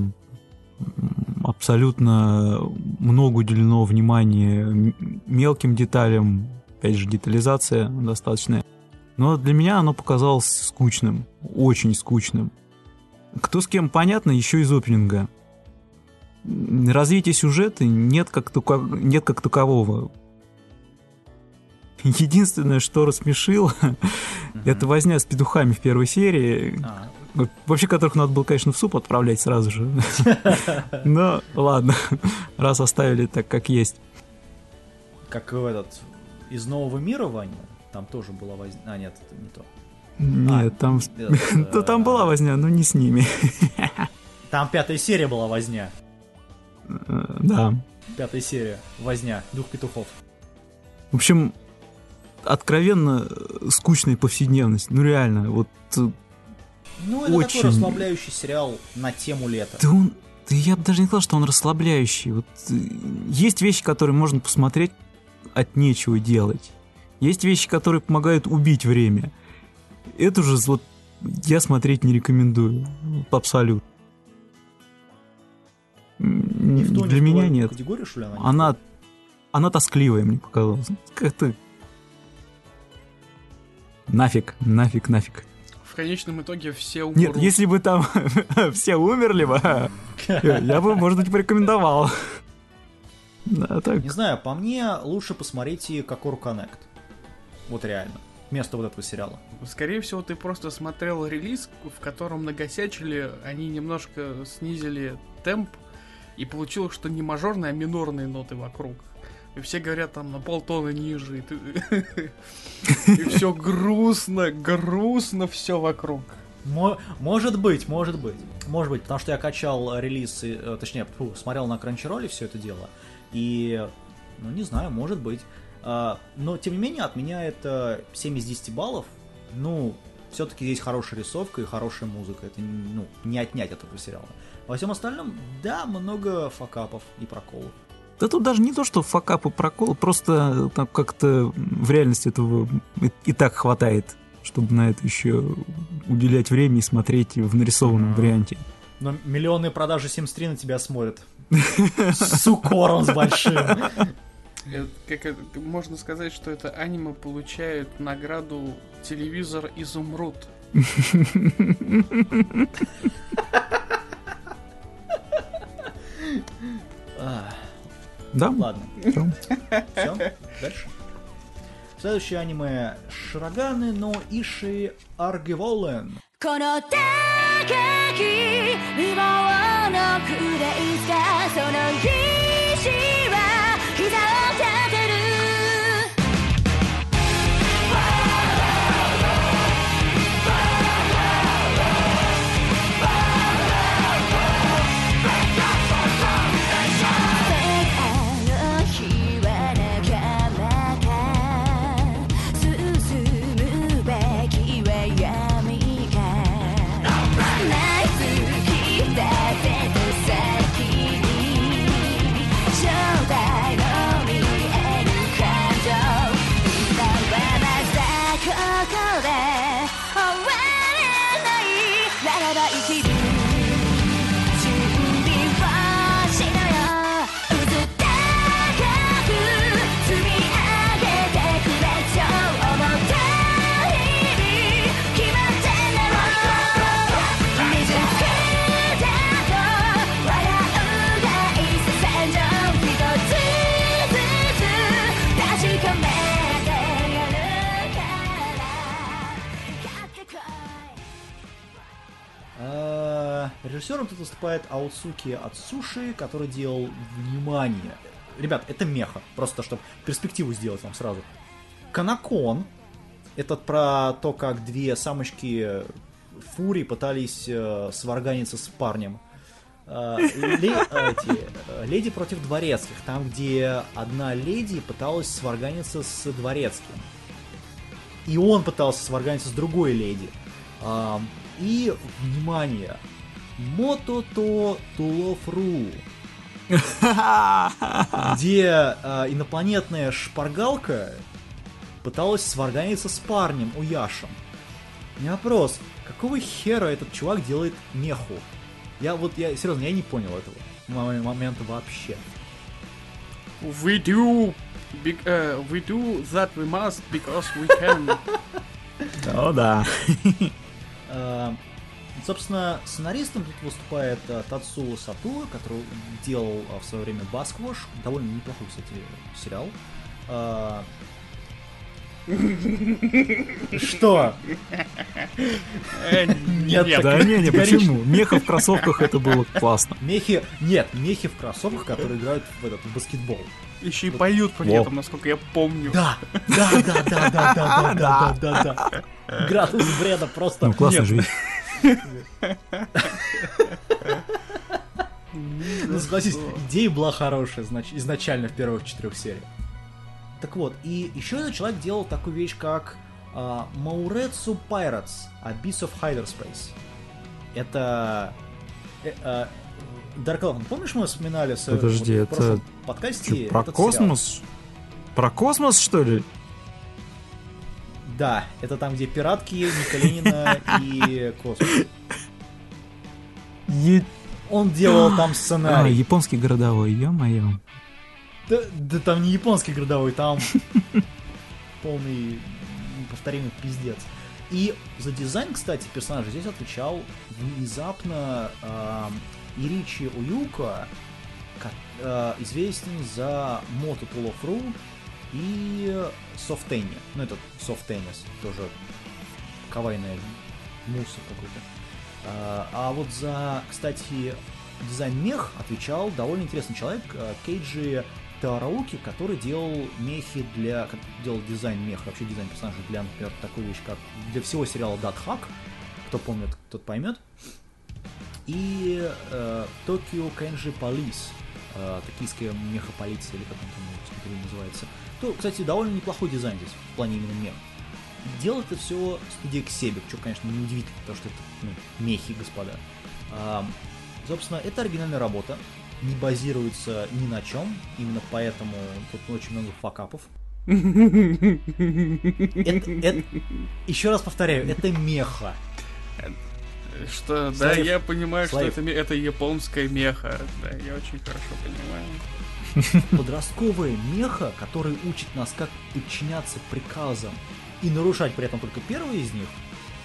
Абсолютно много уделено внимания мелким деталям. Опять же, детализация достаточная. Но для меня оно показалось скучным. Очень скучным. Кто с кем, понятно, еще из опенинга. Развития сюжета нет как такового. Единственное, что рассмешило, это возня с петухами в первой серии. Вообще, которых надо было, конечно, в суп отправлять сразу же. Но ладно, раз оставили так, как есть. Как из Нового мира, Ваня, там тоже была возня. А, нет, это не то. Нет, там была возня, но не с ними. Там 5-я серия была возня. Да. 5-я серия. Возня. 2 петухов. В общем, откровенно скучная повседневность. Ну реально, вот... Ну, это очень... такой расслабляющий сериал на тему лета. Да я бы даже не сказал, что он расслабляющий. Вот, есть вещи, которые можно посмотреть от нечего делать. Есть вещи, которые помогают убить время. Это же вот я смотреть не рекомендую. Абсолютно. Для меня нет. Категорию, что ли, она тоскливая, мне показалось. Как-то... Нафиг. В конечном итоге все умрут. Нет, если бы там все умерли бы, я бы, может быть, порекомендовал. Да, так. Не знаю, по мне лучше посмотрите Kokoro Connect. Вот реально. Вместо вот этого сериала. Скорее всего, ты просто смотрел релиз, в котором нагасячили, они немножко снизили темп, и получилось, что не мажорные, а минорные ноты вокруг. И все говорят там на полтона ниже, и все грустно все вокруг. Может быть, потому что я качал релиз, точнее, смотрел на Crunchyroll все это дело, и, ну, не знаю, может быть. Но, тем не менее, от меня это 7 из 10 баллов. Ну, все-таки здесь хорошая рисовка и хорошая музыка. Это, ну, не отнять от этого сериала. Во всем остальном, да, много факапов и проколов. Да тут даже не то, что факапы, проколы, просто там как-то в реальности этого и так хватает, чтобы на это еще уделять время и смотреть в нарисованном варианте. Но миллионные продажи Sims 3 на тебя смотрят. С укором с большим. Можно сказать, что это аниме получает награду «Телевизор Изумруд». Да? Ладно. Все? Дальше. Следующее аниме Широганы но Иши Аргеволен. この高き羽毛のクレイスかその石は膝を立てる Режиссером тут выступает Аоцуки Ацуши, который делал «Внимание». Ребят, это меха, просто чтобы перспективу сделать вам сразу. Канакон. Это про то, как две самочки фури пытались сварганиться с парнем. Леди против дворецких, там, где одна леди пыталась сварганиться с дворецким. И он пытался сварганиться с другой леди. И, внимание, Мотото Тулофру, где инопланетная шпаргалка пыталась сварганиться с парнем Уяшем. У меня вопрос, какого хера этот чувак делает меху? Я серьезно, я не понял этого момента вообще. We do that we must because we can. О, да. Собственно, сценаристом тут выступает Тацуо Сатуо, который делал в свое время Басквош. Довольно неплохой, кстати, сериал. Что? Нет, Да не, почему? Меха в кроссовках это было классно. Мехи в кроссовках, которые играют в баскетбол. еще и поют при этом, насколько я помню. Да. Градус бреда просто. Ну, классно же. Ну, согласись, идея была хорошая изначально в первых 4 сериях. Так вот, и еще этот человек делал такую вещь, как Mouretsu Pirates, Abyss of Hyperspace. Это... Dark Love, помнишь, мы вспоминали Подожди, в это... прошлом подкасте Про этот космос? сериал? Про космос, что ли? Да, это там, где пиратки, Ника Ленина и космос. Он делал там сценарий. Японский городовой, ё-моё. Да там не японский городовой, там полный повторимый пиздец. И за дизайн, кстати, персонажа здесь отвечал внезапно Иричи Уюка, известен за Мото Тулофру и Софтенни. Ну, это Софтеннис, тоже кавайная мусор какой-то. А вот за, кстати, дизайн мех отвечал довольно интересный человек, Кейджи Тарауки, который делал мехи делал дизайн меха, вообще дизайн персонажей для, например, такой вещи, как для всего сериала Датхак, кто помнит, тот поймет, и Токио Кэнджи Полис, токийская меха-полиция, или как он там называется. То, кстати, довольно неплохой дизайн здесь, в плане именно мех. Делает это все студия Ксебек, что, конечно, неудивительно, потому что это мехи, господа. Собственно, это оригинальная работа, не базируется ни на чем, именно поэтому тут очень много факапов. Еще раз повторяю, это меха. Что, да, я понимаю, что это японская меха. Да, я очень хорошо понимаю. Подростковая меха, которая учит нас, как подчиняться приказам и нарушать при этом только первый из них,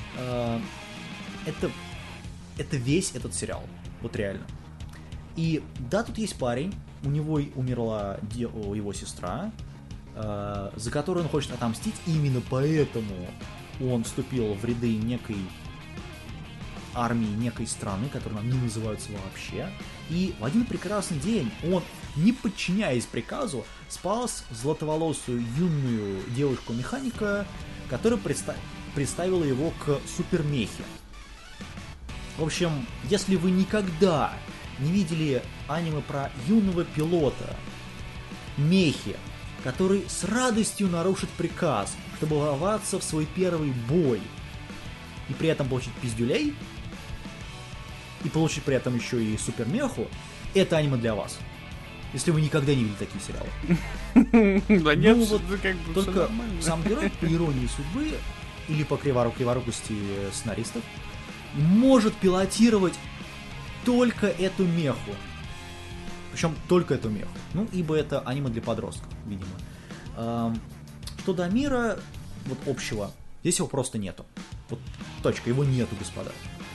это весь этот сериал. Вот реально. И да, тут есть парень, у него умерла его сестра, за которую он хочет отомстить, и именно поэтому он вступил в ряды некой армии, некой страны, которую нам не называются вообще. И в один прекрасный день он, не подчиняясь приказу, спас златоволосую юную девушку-механика, которая представила его к супермехе. В общем, если вы никогда не видели аниме про юного пилота, мехи, который с радостью нарушит приказ, чтобы ворваться в свой первый бой и при этом получить пиздюлей, и получить при этом еще и супермеху, это аниме для вас. Если вы никогда не видели такие сериалы. Да нет, как бы только сам герой, по иронии судьбы, или по криворукости сценаристов, может пилотировать только эту меху. Причем только эту меху. Ну, ибо это аниме для подростков, видимо. Что до мира, вот общего, здесь его просто нету. Вот точка, его нету, господа.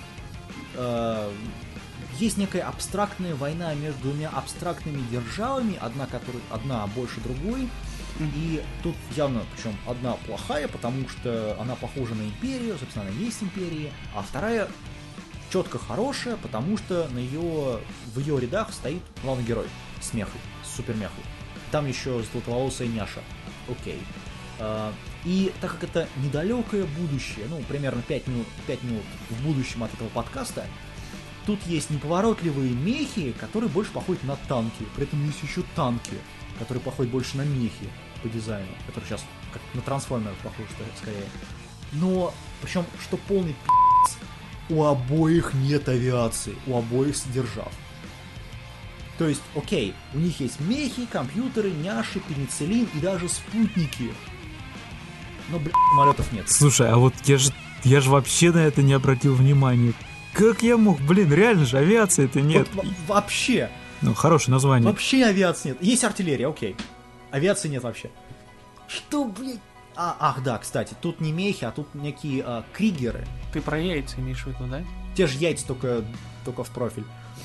Есть некая абстрактная война между двумя абстрактными державами, одна больше другой. И тут явно, причем одна плохая, потому что она похожа на империю, собственно, она есть империя, а вторая четко хорошая, потому что в ее рядах стоит главный герой с мехой, с супермехой. Там еще золотоволосая няша. Окей. И так как это недалекое будущее, примерно 5 минут в будущем от этого подкаста, тут есть неповоротливые мехи, которые больше походят на танки. При этом есть еще танки, которые походят больше на мехи по дизайну, которые сейчас как на трансформеров похожи скорее. Но, причем, что полный пи***ц, у обоих нет авиации, у обоих держав. То есть, окей, у них есть мехи, компьютеры, няши, пенициллин и даже спутники. Но, блядь, самолетов нет. Слушай, а вот я же вообще на это не обратил внимания. Как я мог? Блин, реально же авиации-то нет. Вот, вообще. Ну, хорошее название. Вообще авиации нет. Есть артиллерия, окей. Авиации нет вообще. Что, блядь? Ах, да, кстати, тут не мехи, а тут некие кригеры. Ты про яйца имеешь в виду, да? Те же яйца, только в профиль.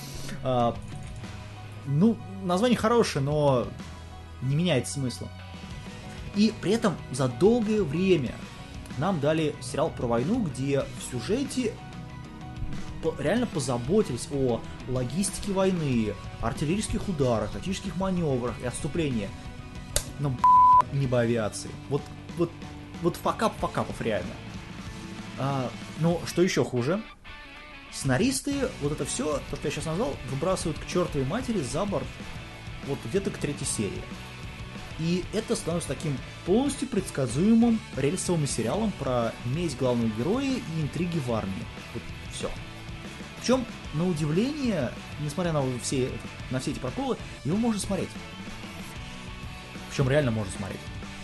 Ну, название хорошее, но не меняет смысла. И при этом за долгое время нам дали сериал про войну, где в сюжете реально позаботились о логистике войны, артиллерийских ударах, тактических маневрах и отступлении. Но, небо авиации. Вот факапов реально. Но что еще хуже? Сценаристы вот это все, то, что я сейчас назвал, выбрасывают к чертовой матери за борт вот где-то к 3-й серии. И это становится таким полностью предсказуемым рельсовым сериалом про месть главного героя и интриги в армии. Вот все. Причем, на удивление, несмотря на все эти проколы, его можно смотреть. Причем реально можно смотреть.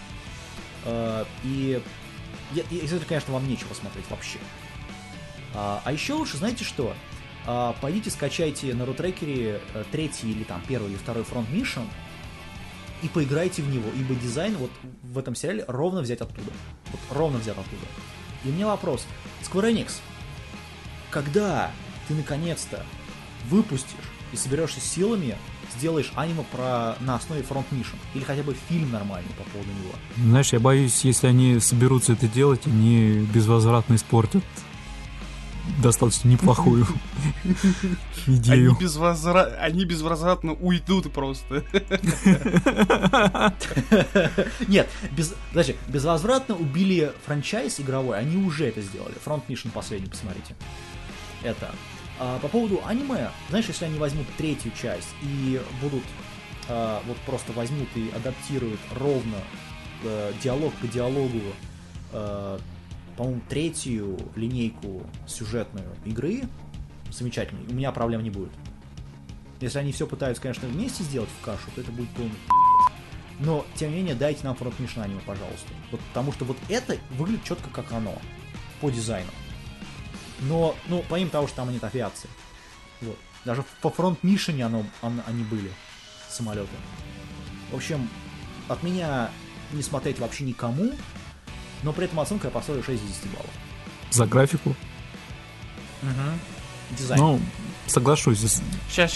И из этого, конечно, вам нечего смотреть вообще. А еще лучше, знаете что? Пойдите скачайте на рутрекере 3-й или там 1-й или 2-й Front Mission и поиграйте в него, ибо дизайн вот в этом сериале ровно взят оттуда. Вот ровно взят оттуда. И у меня вопрос. Square Enix, когда ты наконец-то выпустишь и соберешься силами, сделаешь аниме на основе Front Mission? Или хотя бы фильм нормальный по поводу него? Знаешь, я боюсь, если они соберутся это делать, они безвозвратно испортят достаточно неплохую идею. Они безвозвратно уйдут просто. Нет, безвозвратно убили франчайз игровой, они уже это сделали. Front Mission последний, посмотрите. Это. По поводу аниме, знаешь, если они возьмут 3-ю часть и будут вот просто возьмут и адаптируют ровно диалог по диалогу, по-моему, 3-ю линейку сюжетную игры, замечательно, у меня проблем не будет. Если они все пытаются, конечно, вместе сделать в кашу, то это будет полный но, тем не менее, дайте нам Front Mission аниме, пожалуйста. Вот, потому что вот это выглядит четко как оно, по дизайну. Но, ну, помимо того, что там нет авиации. Вот. Даже по Front Mission они были, самолеты. В общем, от меня не смотреть вообще никому, но при этом оценка я поставлю 6 из 10 баллов. За графику? Угу. Дизайн. Ну, соглашусь. Сейчас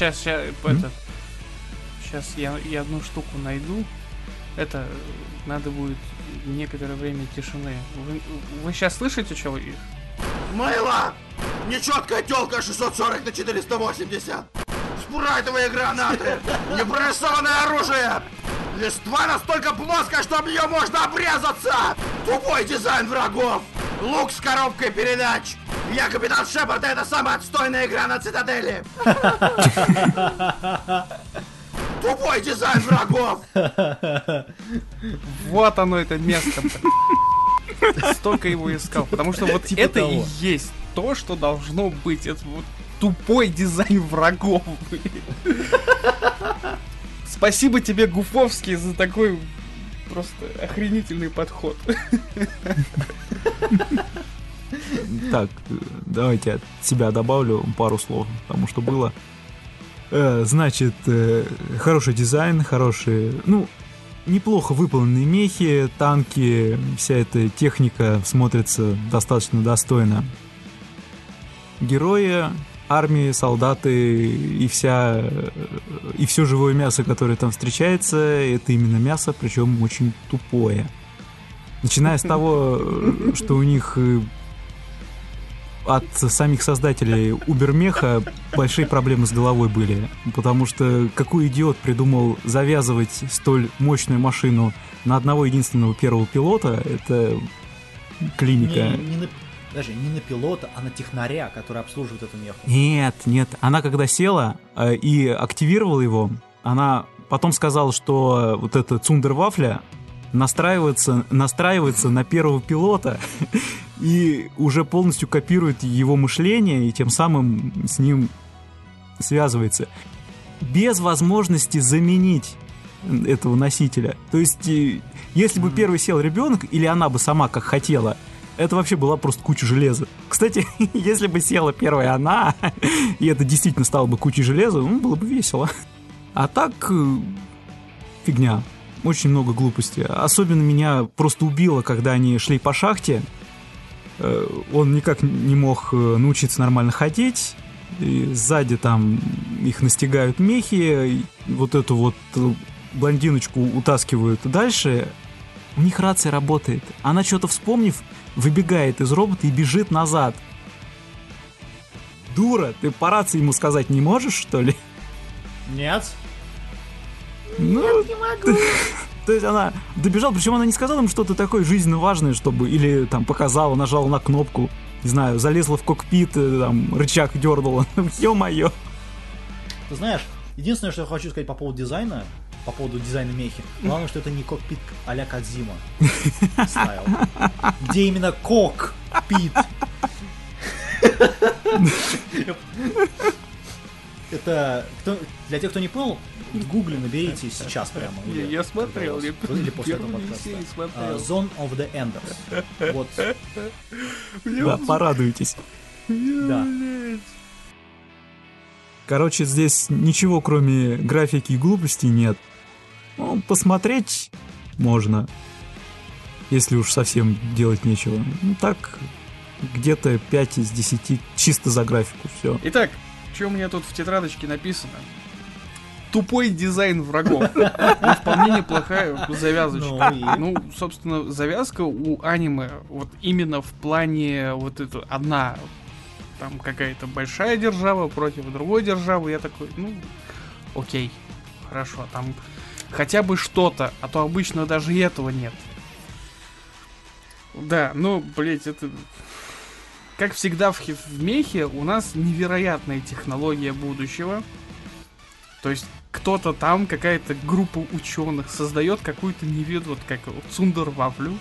я одну штуку найду. Это надо будет некоторое время тишины. Вы сейчас слышите, что вы... Майло! Нечеткая телка 640 на 480! Спурайтовые гранаты! Непрорисованное оружие! Листва настолько плоская, что об нее можно обрезаться! Тупой дизайн врагов! Лук с коробкой передач! Я капитан Шепард, это самая отстойная игра на Цитадели! Тупой дизайн врагов! Вот оно, это место. Столько его искал. Потому что вот это и есть то, что должно быть. Это вот тупой дизайн врагов. Спасибо тебе, Гуфовский, за такой просто охренительный подход. Так, давайте от себя добавлю пару слов, потому что было. Значит, хороший дизайн, хорошие, ну, неплохо выполненные мехи, танки, вся эта техника смотрится достаточно достойно. Герои, армии, солдаты и все живое мясо, которое там встречается, это именно мясо, причем очень тупое. Начиная с того, что у них от самих создателей Убермеха большие проблемы с головой были, потому что какой идиот придумал завязывать столь мощную машину на одного единственного первого пилота, это клиника. Даже не на пилота, а на технаря, который обслуживает эту меху. Нет, она когда села и активировала его, она потом сказала, что вот эта цундервафля настраивается на первого пилота и уже полностью копирует его мышление и тем самым с ним связывается. Без возможности заменить этого носителя. То есть, если бы первый сел ребенок, или она бы сама как хотела, это вообще была просто куча железа. Кстати, если бы села первая она, и это действительно стало бы кучей железа, было бы весело. А так, фигня. Очень много глупости. Особенно меня просто убило, когда они шли по шахте. Он никак не мог научиться нормально ходить. И сзади там их настигают мехи. И вот эту вот блондиночку утаскивают дальше. У них рация работает. Она что-то вспомнив, выбегает из робота и бежит назад. Дура, ты по рации ему сказать не можешь, что ли? Нет. Ну, не могу. То есть она добежала, причем она не сказала им что-то такое жизненно важное, чтобы, или там показала, нажала на кнопку, не знаю, залезла в кокпит, там, рычаг дернула. Ё-моё. Ты знаешь, единственное, что я хочу сказать по поводу дизайна мехи, главное, что это не кокпит а-ля Кодзима стайл, где именно кокпит. Это, для тех, кто не понял, в гугле наберите сейчас прямо. Я смотрел, я или после этого первую подкаста. серию смотрел. Zone of the Enders. Вот. Да, порадуйтесь. Да. Короче, здесь ничего кроме графики и глупостей нет. Ну, посмотреть можно, если уж совсем делать нечего. Ну так, где-то 5 из 10 чисто за графику, все. Итак, что у меня тут в тетрадочке написано? Тупой дизайн врагов. Ну, вполне неплохая завязочка. Ну, собственно, завязка у аниме вот именно в плане вот это одна там какая-то большая держава против другой державы. Я такой, ну, окей, хорошо, там хотя бы что-то, а то обычно даже и этого нет. Да, ну, блять, это... Как всегда в мехе у нас невероятная технология будущего. То есть кто-то там, какая-то группа ученых создает какую-то неведомую, как цундервафлю.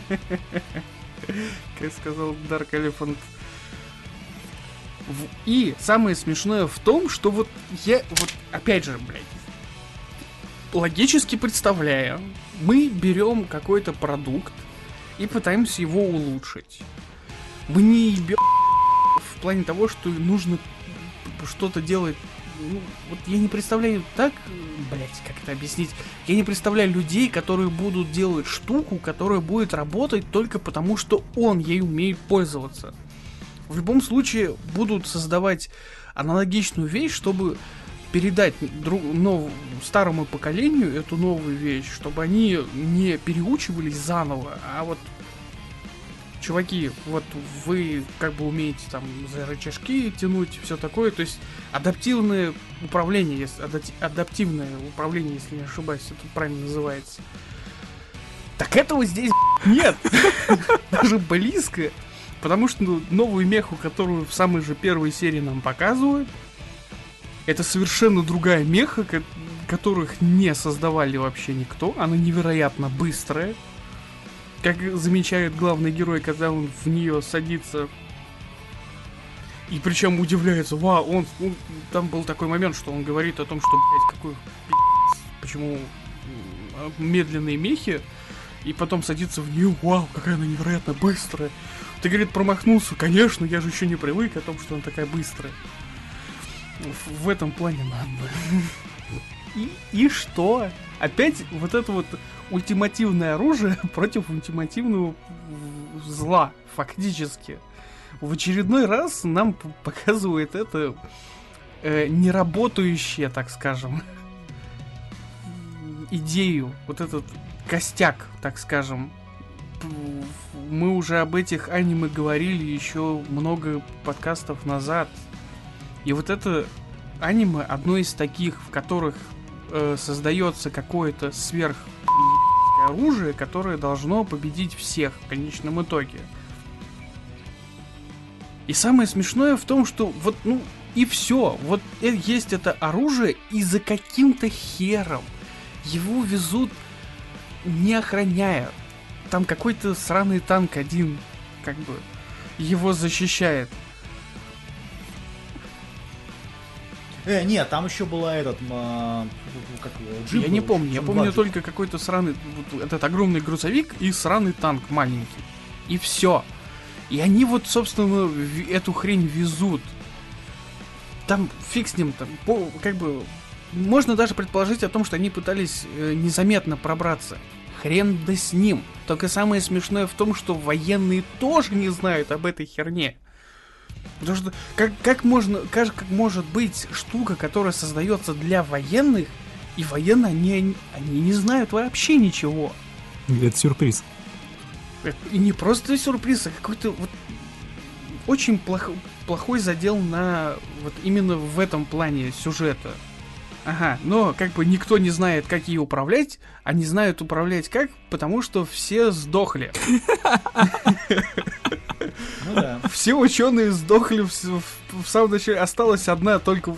Как сказал Dark Elephant. И самое смешное в том, что вот я, вот опять же, блядь, логически представляя, мы берем какой-то продукт и пытаемся его улучшить. Мы не ебем в плане того, что нужно что-то делать. Ну, вот я не представляю так, блять, как это объяснить. Я не представляю людей, которые будут делать штуку, которая будет работать только потому, что он ей умеет пользоваться. В любом случае будут создавать аналогичную вещь, чтобы передать старому поколению эту новую вещь, чтобы они не переучивались заново, а вот чуваки, вот вы как бы умеете там за рычажки тянуть, все такое, то есть адаптивное управление, если не ошибаюсь, это правильно называется. Так этого здесь нет, даже близко, потому что новую меху, которую в самой же первой серии нам показывают, это совершенно другая меха, которых не создавали вообще никто, она невероятно быстрая. Как замечает главный герой, когда он в нее садится. И причем удивляется, вау, там был такой момент, что он говорит о том, что, блядь, какой пи***ц, почему медленные мехи, и потом садится в нее, вау, какая она невероятно быстрая. Ты, говорит, промахнулся, конечно, я же еще не привык о том, что она такая быстрая. В этом плане надо. И что? Опять вот это вот ультимативное оружие против ультимативного зла, фактически. В очередной раз нам показывает это неработающее, так скажем, идею, вот этот костяк, так скажем. Мы уже об этих аниме говорили еще много подкастов назад. И вот это аниме одно из таких, в которых создается какое-то оружие, которое должно победить всех в конечном итоге. И самое смешное в том, что вот, ну, и все. Вот есть это оружие, и за каким-то хером его везут, не охраняя. Там какой-то сраный танк один, как бы, его защищает. Нет, там еще была джип Я не был, помню, я причем помню два только какой-то сраный, вот этот огромный грузовик и сраный танк маленький. И все. И они вот, собственно, эту хрень везут. Там фиг с ним, там, как бы, можно даже предположить о том, что они пытались незаметно пробраться. Хрен да с ним. Только самое смешное в том, что военные тоже не знают об этой херне. Потому что как может быть штука, которая создается для военных, и военные, они не знают вообще ничего. Это сюрприз. И не просто сюрприз, а какой-то вот очень плохой задел на вот именно в этом плане сюжета. Ага, но как бы никто не знает, как ее управлять, а не знают управлять как, потому что все сдохли. Ну да. Все ученые сдохли в самом начале. Осталась одна только...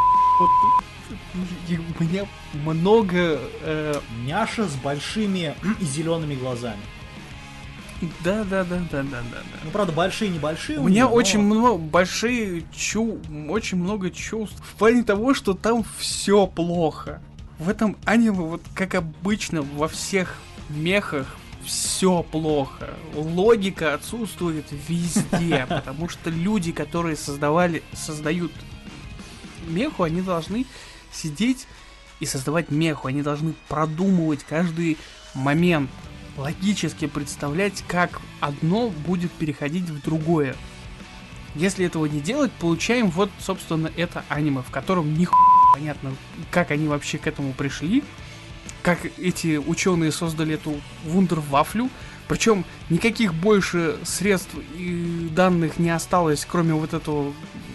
У меня много... Няша с большими и зелеными глазами. Да. Ну, правда, большие-небольшие. У меня очень много очень много чувств. В плане того, что там все плохо. В этом аниме, вот как обычно, во всех мехах все плохо. Логика отсутствует везде, потому что люди, которые создают меху, они должны сидеть и создавать меху. Они должны продумывать каждый момент, логически представлять, как одно будет переходить в другое. Если этого не делать, получаем вот, собственно, это аниме, в котором понятно, как они вообще к этому пришли, как эти ученые создали эту вундервафлю, причем никаких больше средств и данных не осталось, кроме вот этого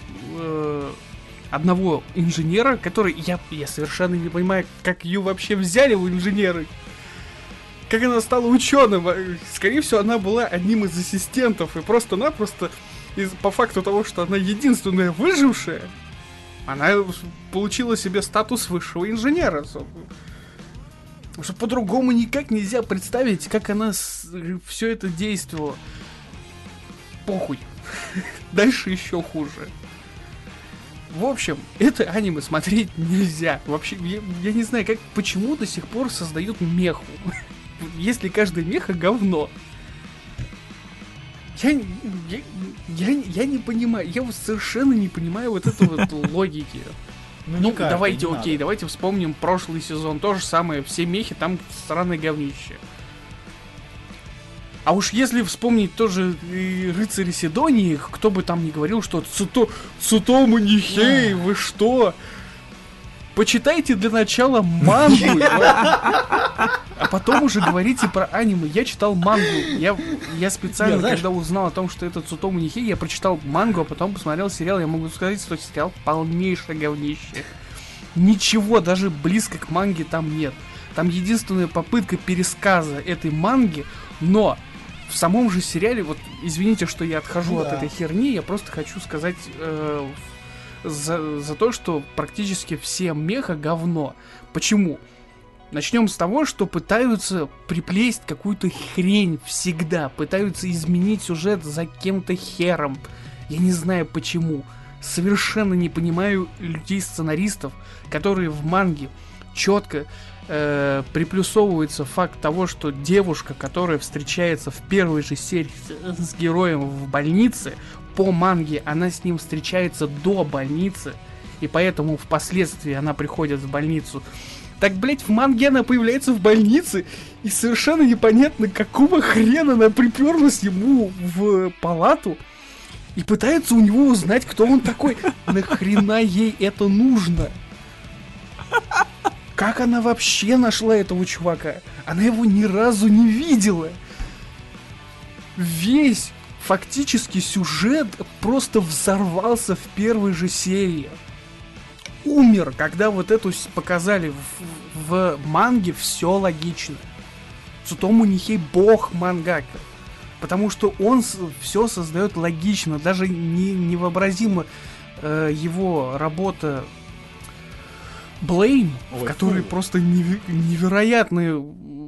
одного инженера, который, я совершенно не понимаю, как ее вообще взяли у инженера. Как она стала ученым? Скорее всего, она была одним из ассистентов. И просто-напросто, по факту того, что она единственная выжившая, она получила себе статус высшего инженера. Потому что по-другому никак нельзя представить, как она все это действовала. Похуй. Дальше еще хуже. В общем, это аниме смотреть нельзя. Вообще, я не знаю, почему до сих пор создают меху. Если каждая меха говно. Я не понимаю, я вот совершенно не понимаю вот этой вот логики. Ну, давайте, окей, давайте вспомним прошлый сезон. То же самое, все мехи там странное говнище. А уж если вспомнить тоже и Рыцари Сидонии, кто бы там ни говорил, что Цутому Нихей, вы что? Почитайте для начала мангу, а потом уже говорите про аниме. Я читал мангу. Я специально, когда узнал о том, что это Цутому Нихей, я прочитал мангу, а потом посмотрел сериал. Я могу сказать, что сериал полнейшее говнище. Ничего даже близко к манге там нет. Там единственная попытка пересказа этой манги, но в самом же сериале, вот извините, что я отхожу от этой херни, я просто хочу сказать за то, что практически все меха говно. Почему? Начнем с того, что пытаются приплесть какую-то хрень всегда, пытаются изменить сюжет за кем-то хером. Я не знаю почему. Совершенно не понимаю людей-сценаристов, которые в манге четко приплюсовывается факт того, что девушка, которая встречается в первой же серии с героем в больнице, по манге она с ним встречается до больницы, и поэтому впоследствии она приходит в больницу. Так, блять, в манге она появляется в больнице, и совершенно непонятно, какого хрена она приперлась ему в палату и пытается у него узнать, кто он такой. Нахрена ей это нужно? Как она вообще нашла этого чувака? Она его ни разу не видела. Весь фактически сюжет просто взорвался в первой же серии. Умер, когда вот эту показали в манге, все логично. Цутому Нихей бог мангака. Потому что он все создает логично, даже невообразимо его работа Blame, в которой просто невероятный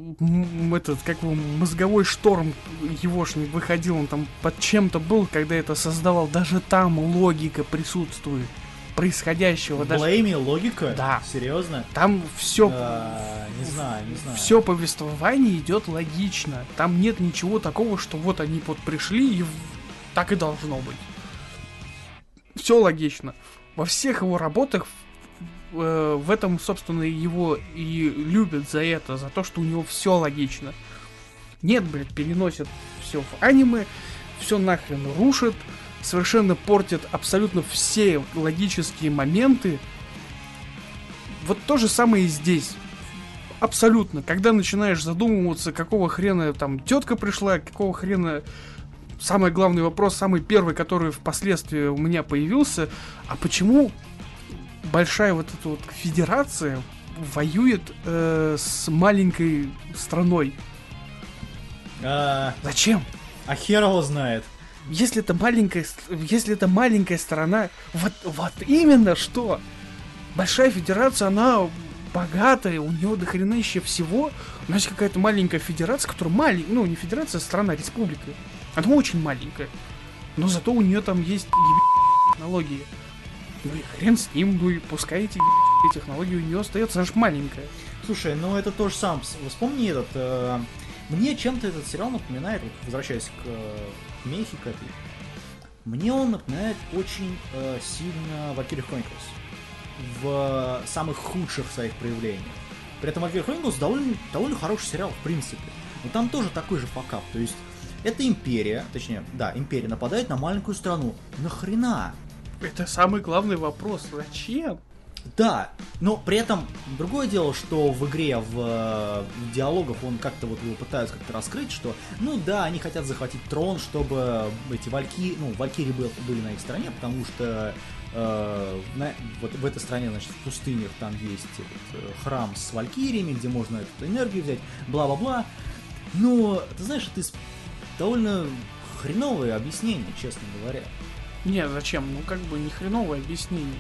мозговой шторм егошний выходил, он там под чем-то был, когда это создавал. Даже там логика присутствует происходящего. В Блейме логика? Да. Серьезно? Там все... не знаю. Все повествование идет логично. Там нет ничего такого, что вот они вот пришли и так и должно быть. Все логично. Во всех его работах в этом, собственно, его и любят за это, за то, что у него все логично. Нет, блядь, переносят все в аниме, все нахрен рушит, совершенно портит абсолютно все логические моменты. Вот то же самое и здесь. Абсолютно. Когда начинаешь задумываться, какого хрена там тетка пришла, какого хрена... Самый главный вопрос, самый первый, который впоследствии у меня появился, а почему большая вот эта вот федерация воюет с маленькой страной? Зачем? А хер его знает. Если это маленькая страна, вот именно что? Большая федерация, она богатая, у нее дохренища всего. У нас есть какая-то маленькая федерация, которая маленькая, ну не федерация, а страна, республика. Она очень маленькая, но зато у нее там есть технологии. Ну и хрен с ним, ну и пускай эти технологии у нее остается, она же маленькая. Слушай, ну это то же самое. Вспомни этот... Мне чем-то этот сериал напоминает, вот, возвращаясь к Мехико, мне он напоминает очень сильно Valkyria Chronicles в самых худших своих проявлениях. При этом Valkyria Chronicles довольно хороший сериал, в принципе. Но там тоже такой же факап. То есть, это империя, точнее, да, империя нападает на маленькую страну. Нахрена? Это самый главный вопрос. Зачем? Да, но при этом другое дело, что в игре, в диалогах он как-то вот его пытаются как-то раскрыть, что, ну да, они хотят захватить трон, чтобы эти валькирии были на их стороне, потому что вот в этой стране, значит, в пустынях там есть этот храм с валькириями, где можно эту энергию взять, бла-бла-бла. Но, ты знаешь, это довольно хреновое объяснение, честно говоря. Не, зачем? Ну, как бы не хреновое объяснение.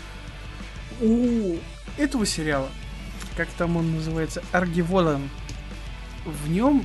У этого сериала, как там он называется, Аргиволан, в нем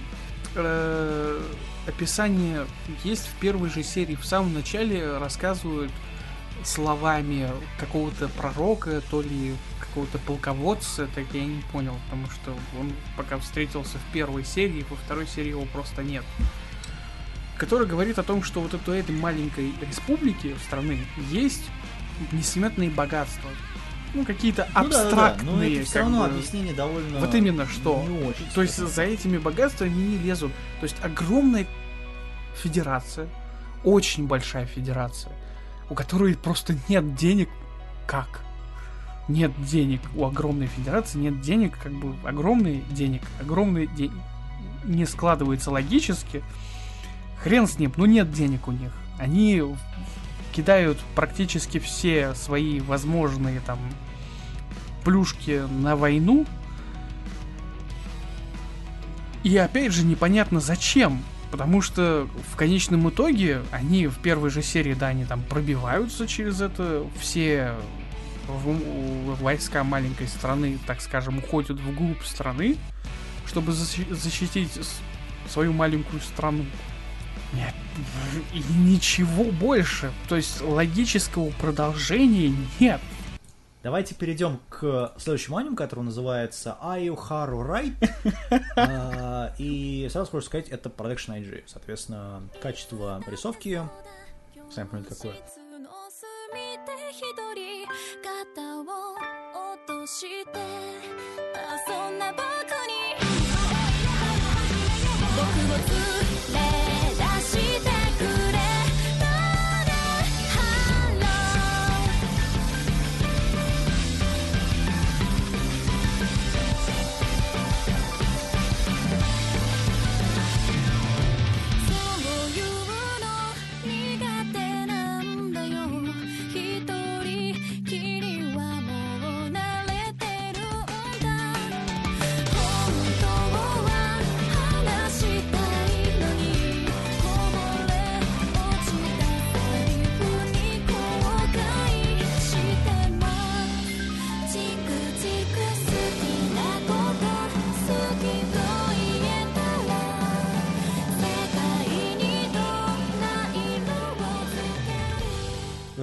описание есть в первой же серии. В самом начале рассказывают словами какого-то пророка, то ли какого-то полководца, так я не понял, потому что он пока встретился в первой серии, во второй серии его просто нет. Который говорит о том, что вот у этой маленькой республики страны есть несметные богатства. Ну, какие-то абстрактные. Но это все равно объяснение довольно... Вот именно что. Не очень. То есть за этими богатствами они не лезут. То есть огромная федерация, очень большая федерация, у которой просто нет денег. Как? Нет денег у огромной федерации, нет денег, как бы огромные не складывается логически. Хрен с ним, ну нет денег у них. Они кидают практически все свои возможные там плюшки на войну. И опять же непонятно зачем. Потому что в конечном итоге они в первой же серии, да, они там пробиваются через это. Все войска маленькой страны, так скажем, уходят вглубь страны, чтобы защитить свою маленькую страну. Нет, и ничего больше. То есть логического продолжения нет. Давайте перейдем к следующему аниме, который называется Ayuharu Right. И сразу хочу сказать, это Production IG. Соответственно, качество рисовки, сами понимаете, какое.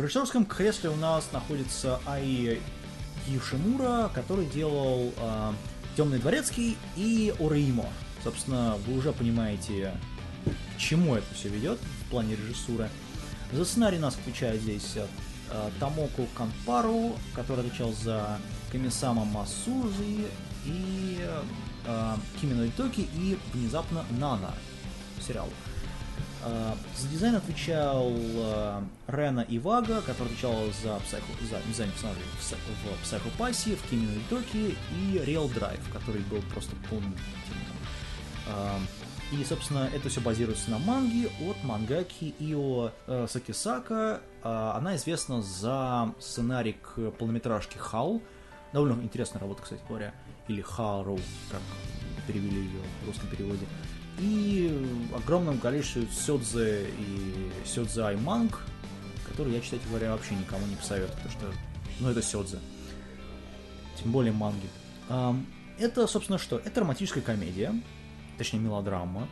режиссерском кресле у нас находится Аи Йошимура, который делал «Темный дворецкий» и «Ореймо». Собственно, вы уже понимаете, к чему это все ведет в плане режиссуры. За сценарий нас отвечает здесь Томоко Канпару, который отвечал за Камисама Масузи и Кими но Итоки и внезапно Нана сериал. За дизайн отвечал Рена Ивага, который отвечал за дизайн персонажей в Psycho Pass, в Кими но Итоки и Real Drive, который был просто полным темным. И, собственно, это все базируется на манге от мангаки Ио Сакисака. Она известна за сценарий к полнометражке Хал. Довольно интересная работа, кстати говоря. Или Хару, как перевели ее в русском переводе. И огромном количестве сёдзе и сёдзе манг, которые я, кстати говоря, вообще никому не посоветую, потому что, это сёдзе. Тем более манги. Это, собственно, что? Это романтическая комедия, точнее, мелодрама,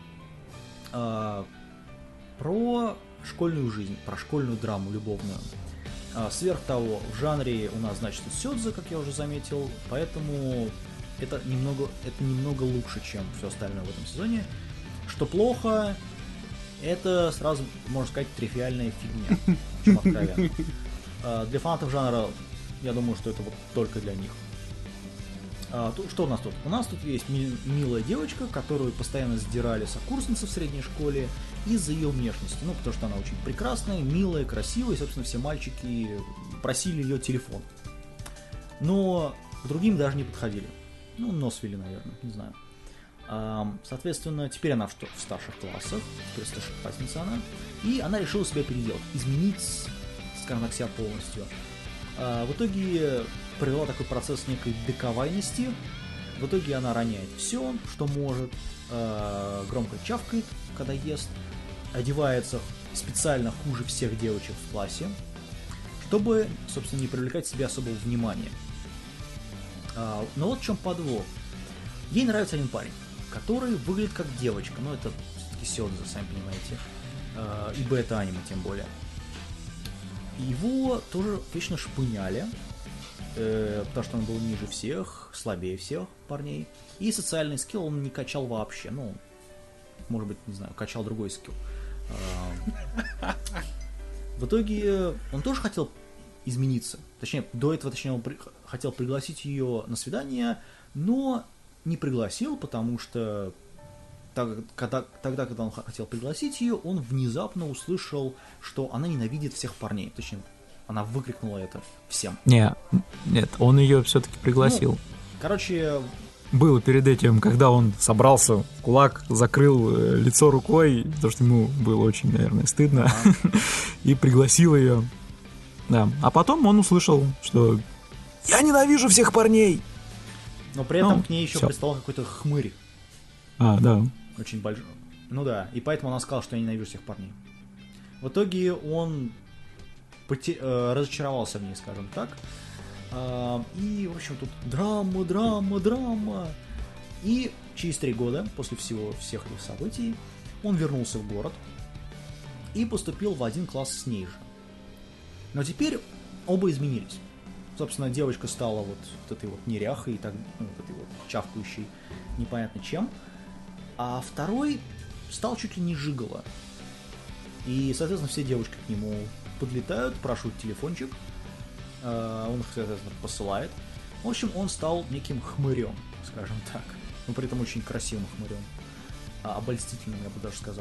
про школьную жизнь, про школьную драму любовную. Сверх того, в жанре у нас, значит, сёдзе, как я уже заметил, поэтому это немного лучше, чем все остальное в этом сезоне. Что плохо, это сразу, можно сказать, тривиальная фигня, чем откровенно. Для фанатов жанра, я думаю, что это вот только для них. Что у нас тут? У нас тут есть милая девочка, которую постоянно сдирали сокурсницы в средней школе из-за ее внешности. Потому что она очень прекрасная, милая, красивая, и, собственно, все мальчики просили ее телефон. Но к другим даже не подходили. Нос вели, наверное, не знаю. Соответственно, теперь она в старших классах, теперь старшеклассница она, и она решила себя переделать, изменить, скажем так, себя полностью. В итоге провела такой процесс некой дековайности. В итоге она роняет все, что может, громко чавкает, когда ест, одевается специально хуже всех девочек в классе, чтобы, собственно, не привлекать к себе особого внимания. Но вот в чем подвох. Ей нравится один парень, который выглядит как девочка, это все-таки сёдзе, сами понимаете, и бета-аниме тем более. Его тоже вечно шпыняли, потому что он был ниже всех, слабее всех парней, и социальный скилл он не качал вообще, может быть, не знаю, качал другой скилл. В итоге он тоже хотел измениться, точнее, до этого, он хотел пригласить ее на свидание, но не пригласил, потому что тогда, когда он хотел пригласить ее, он внезапно услышал, что она ненавидит всех парней. Точнее, она выкрикнула это всем. Нет, он ее все-таки пригласил. Было перед этим, когда он собрался в кулак, закрыл лицо рукой, потому что ему было очень, наверное, стыдно, и пригласил ее. Да. А потом он услышал, что «Я ненавижу всех парней!» Но при этом к ней еще пристал какой-то хмырь. Да. Очень большой. И поэтому она сказала, что я ненавижу всех парней. В итоге он разочаровался в ней, скажем так. И, в общем, тут драма. И через 3 года, после всех этих событий, он вернулся в город и поступил в один класс с ней же. Но теперь оба изменились. Собственно, девочка стала вот этой вот неряхой, вот этой вот чавкающей непонятно чем. А второй стал чуть ли не жиголо. И, соответственно, все девушки к нему подлетают, спрашивают телефончик. Он их, соответственно, посылает. В общем, он стал неким хмырем, скажем так. Но при этом очень красивым хмырем. Обольстительным, я бы даже сказал.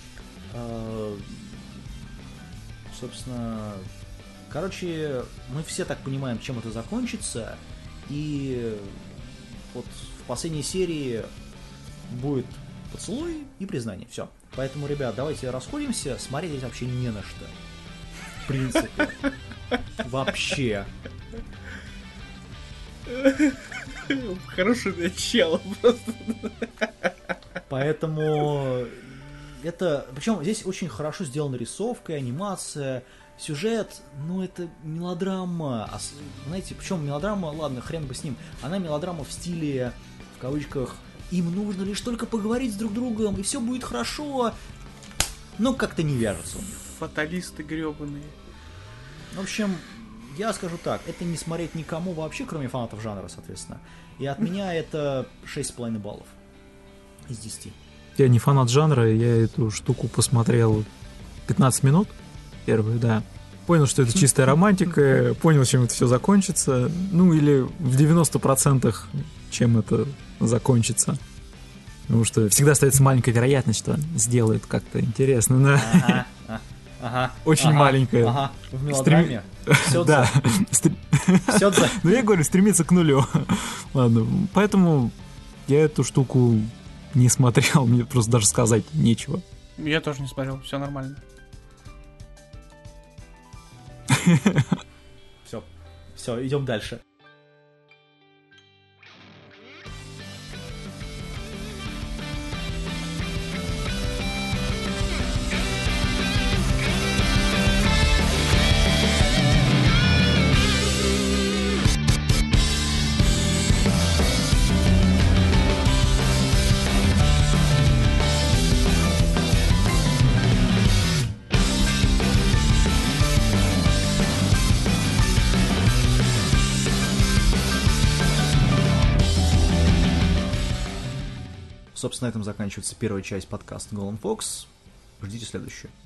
Собственно... мы все так понимаем, чем это закончится, и вот в последней серии будет поцелуй и признание, все. Поэтому, ребят, давайте расходимся, смотреть здесь вообще не на что. В принципе. Вообще. Хорошее начало просто. Поэтому это... Причем здесь очень хорошо сделана рисовка, анимация, сюжет, это мелодрама. Знаете, причем мелодрама, ладно, хрен бы с ним, она мелодрама в стиле, в кавычках, им нужно лишь только поговорить с друг другом, и все будет хорошо. Но как-то не вяжется у них. Фаталисты гребаные. В общем, я скажу так, это не смотреть никому вообще, кроме фанатов жанра, соответственно. И от меня это 6,5 баллов из 10. Я не фанат жанра, я эту штуку посмотрел 15 минут первые, да. Понял, что это чистая романтика, понял, чем это все закончится. Ну, или в 90% чем это закончится. Потому что всегда остается маленькая вероятность, что сделает как-то интересно. Но... Очень маленькая. Ага, в мелодраме. Да. Сёдзе. Ну, я говорю, стремиться к нулю. Ладно, поэтому я эту штуку не смотрел, мне просто даже сказать нечего. Я тоже не смотрел, все нормально. Все, идем дальше. Собственно, на этом заканчивается первая часть подкаста Golden Fox. Ждите следующую.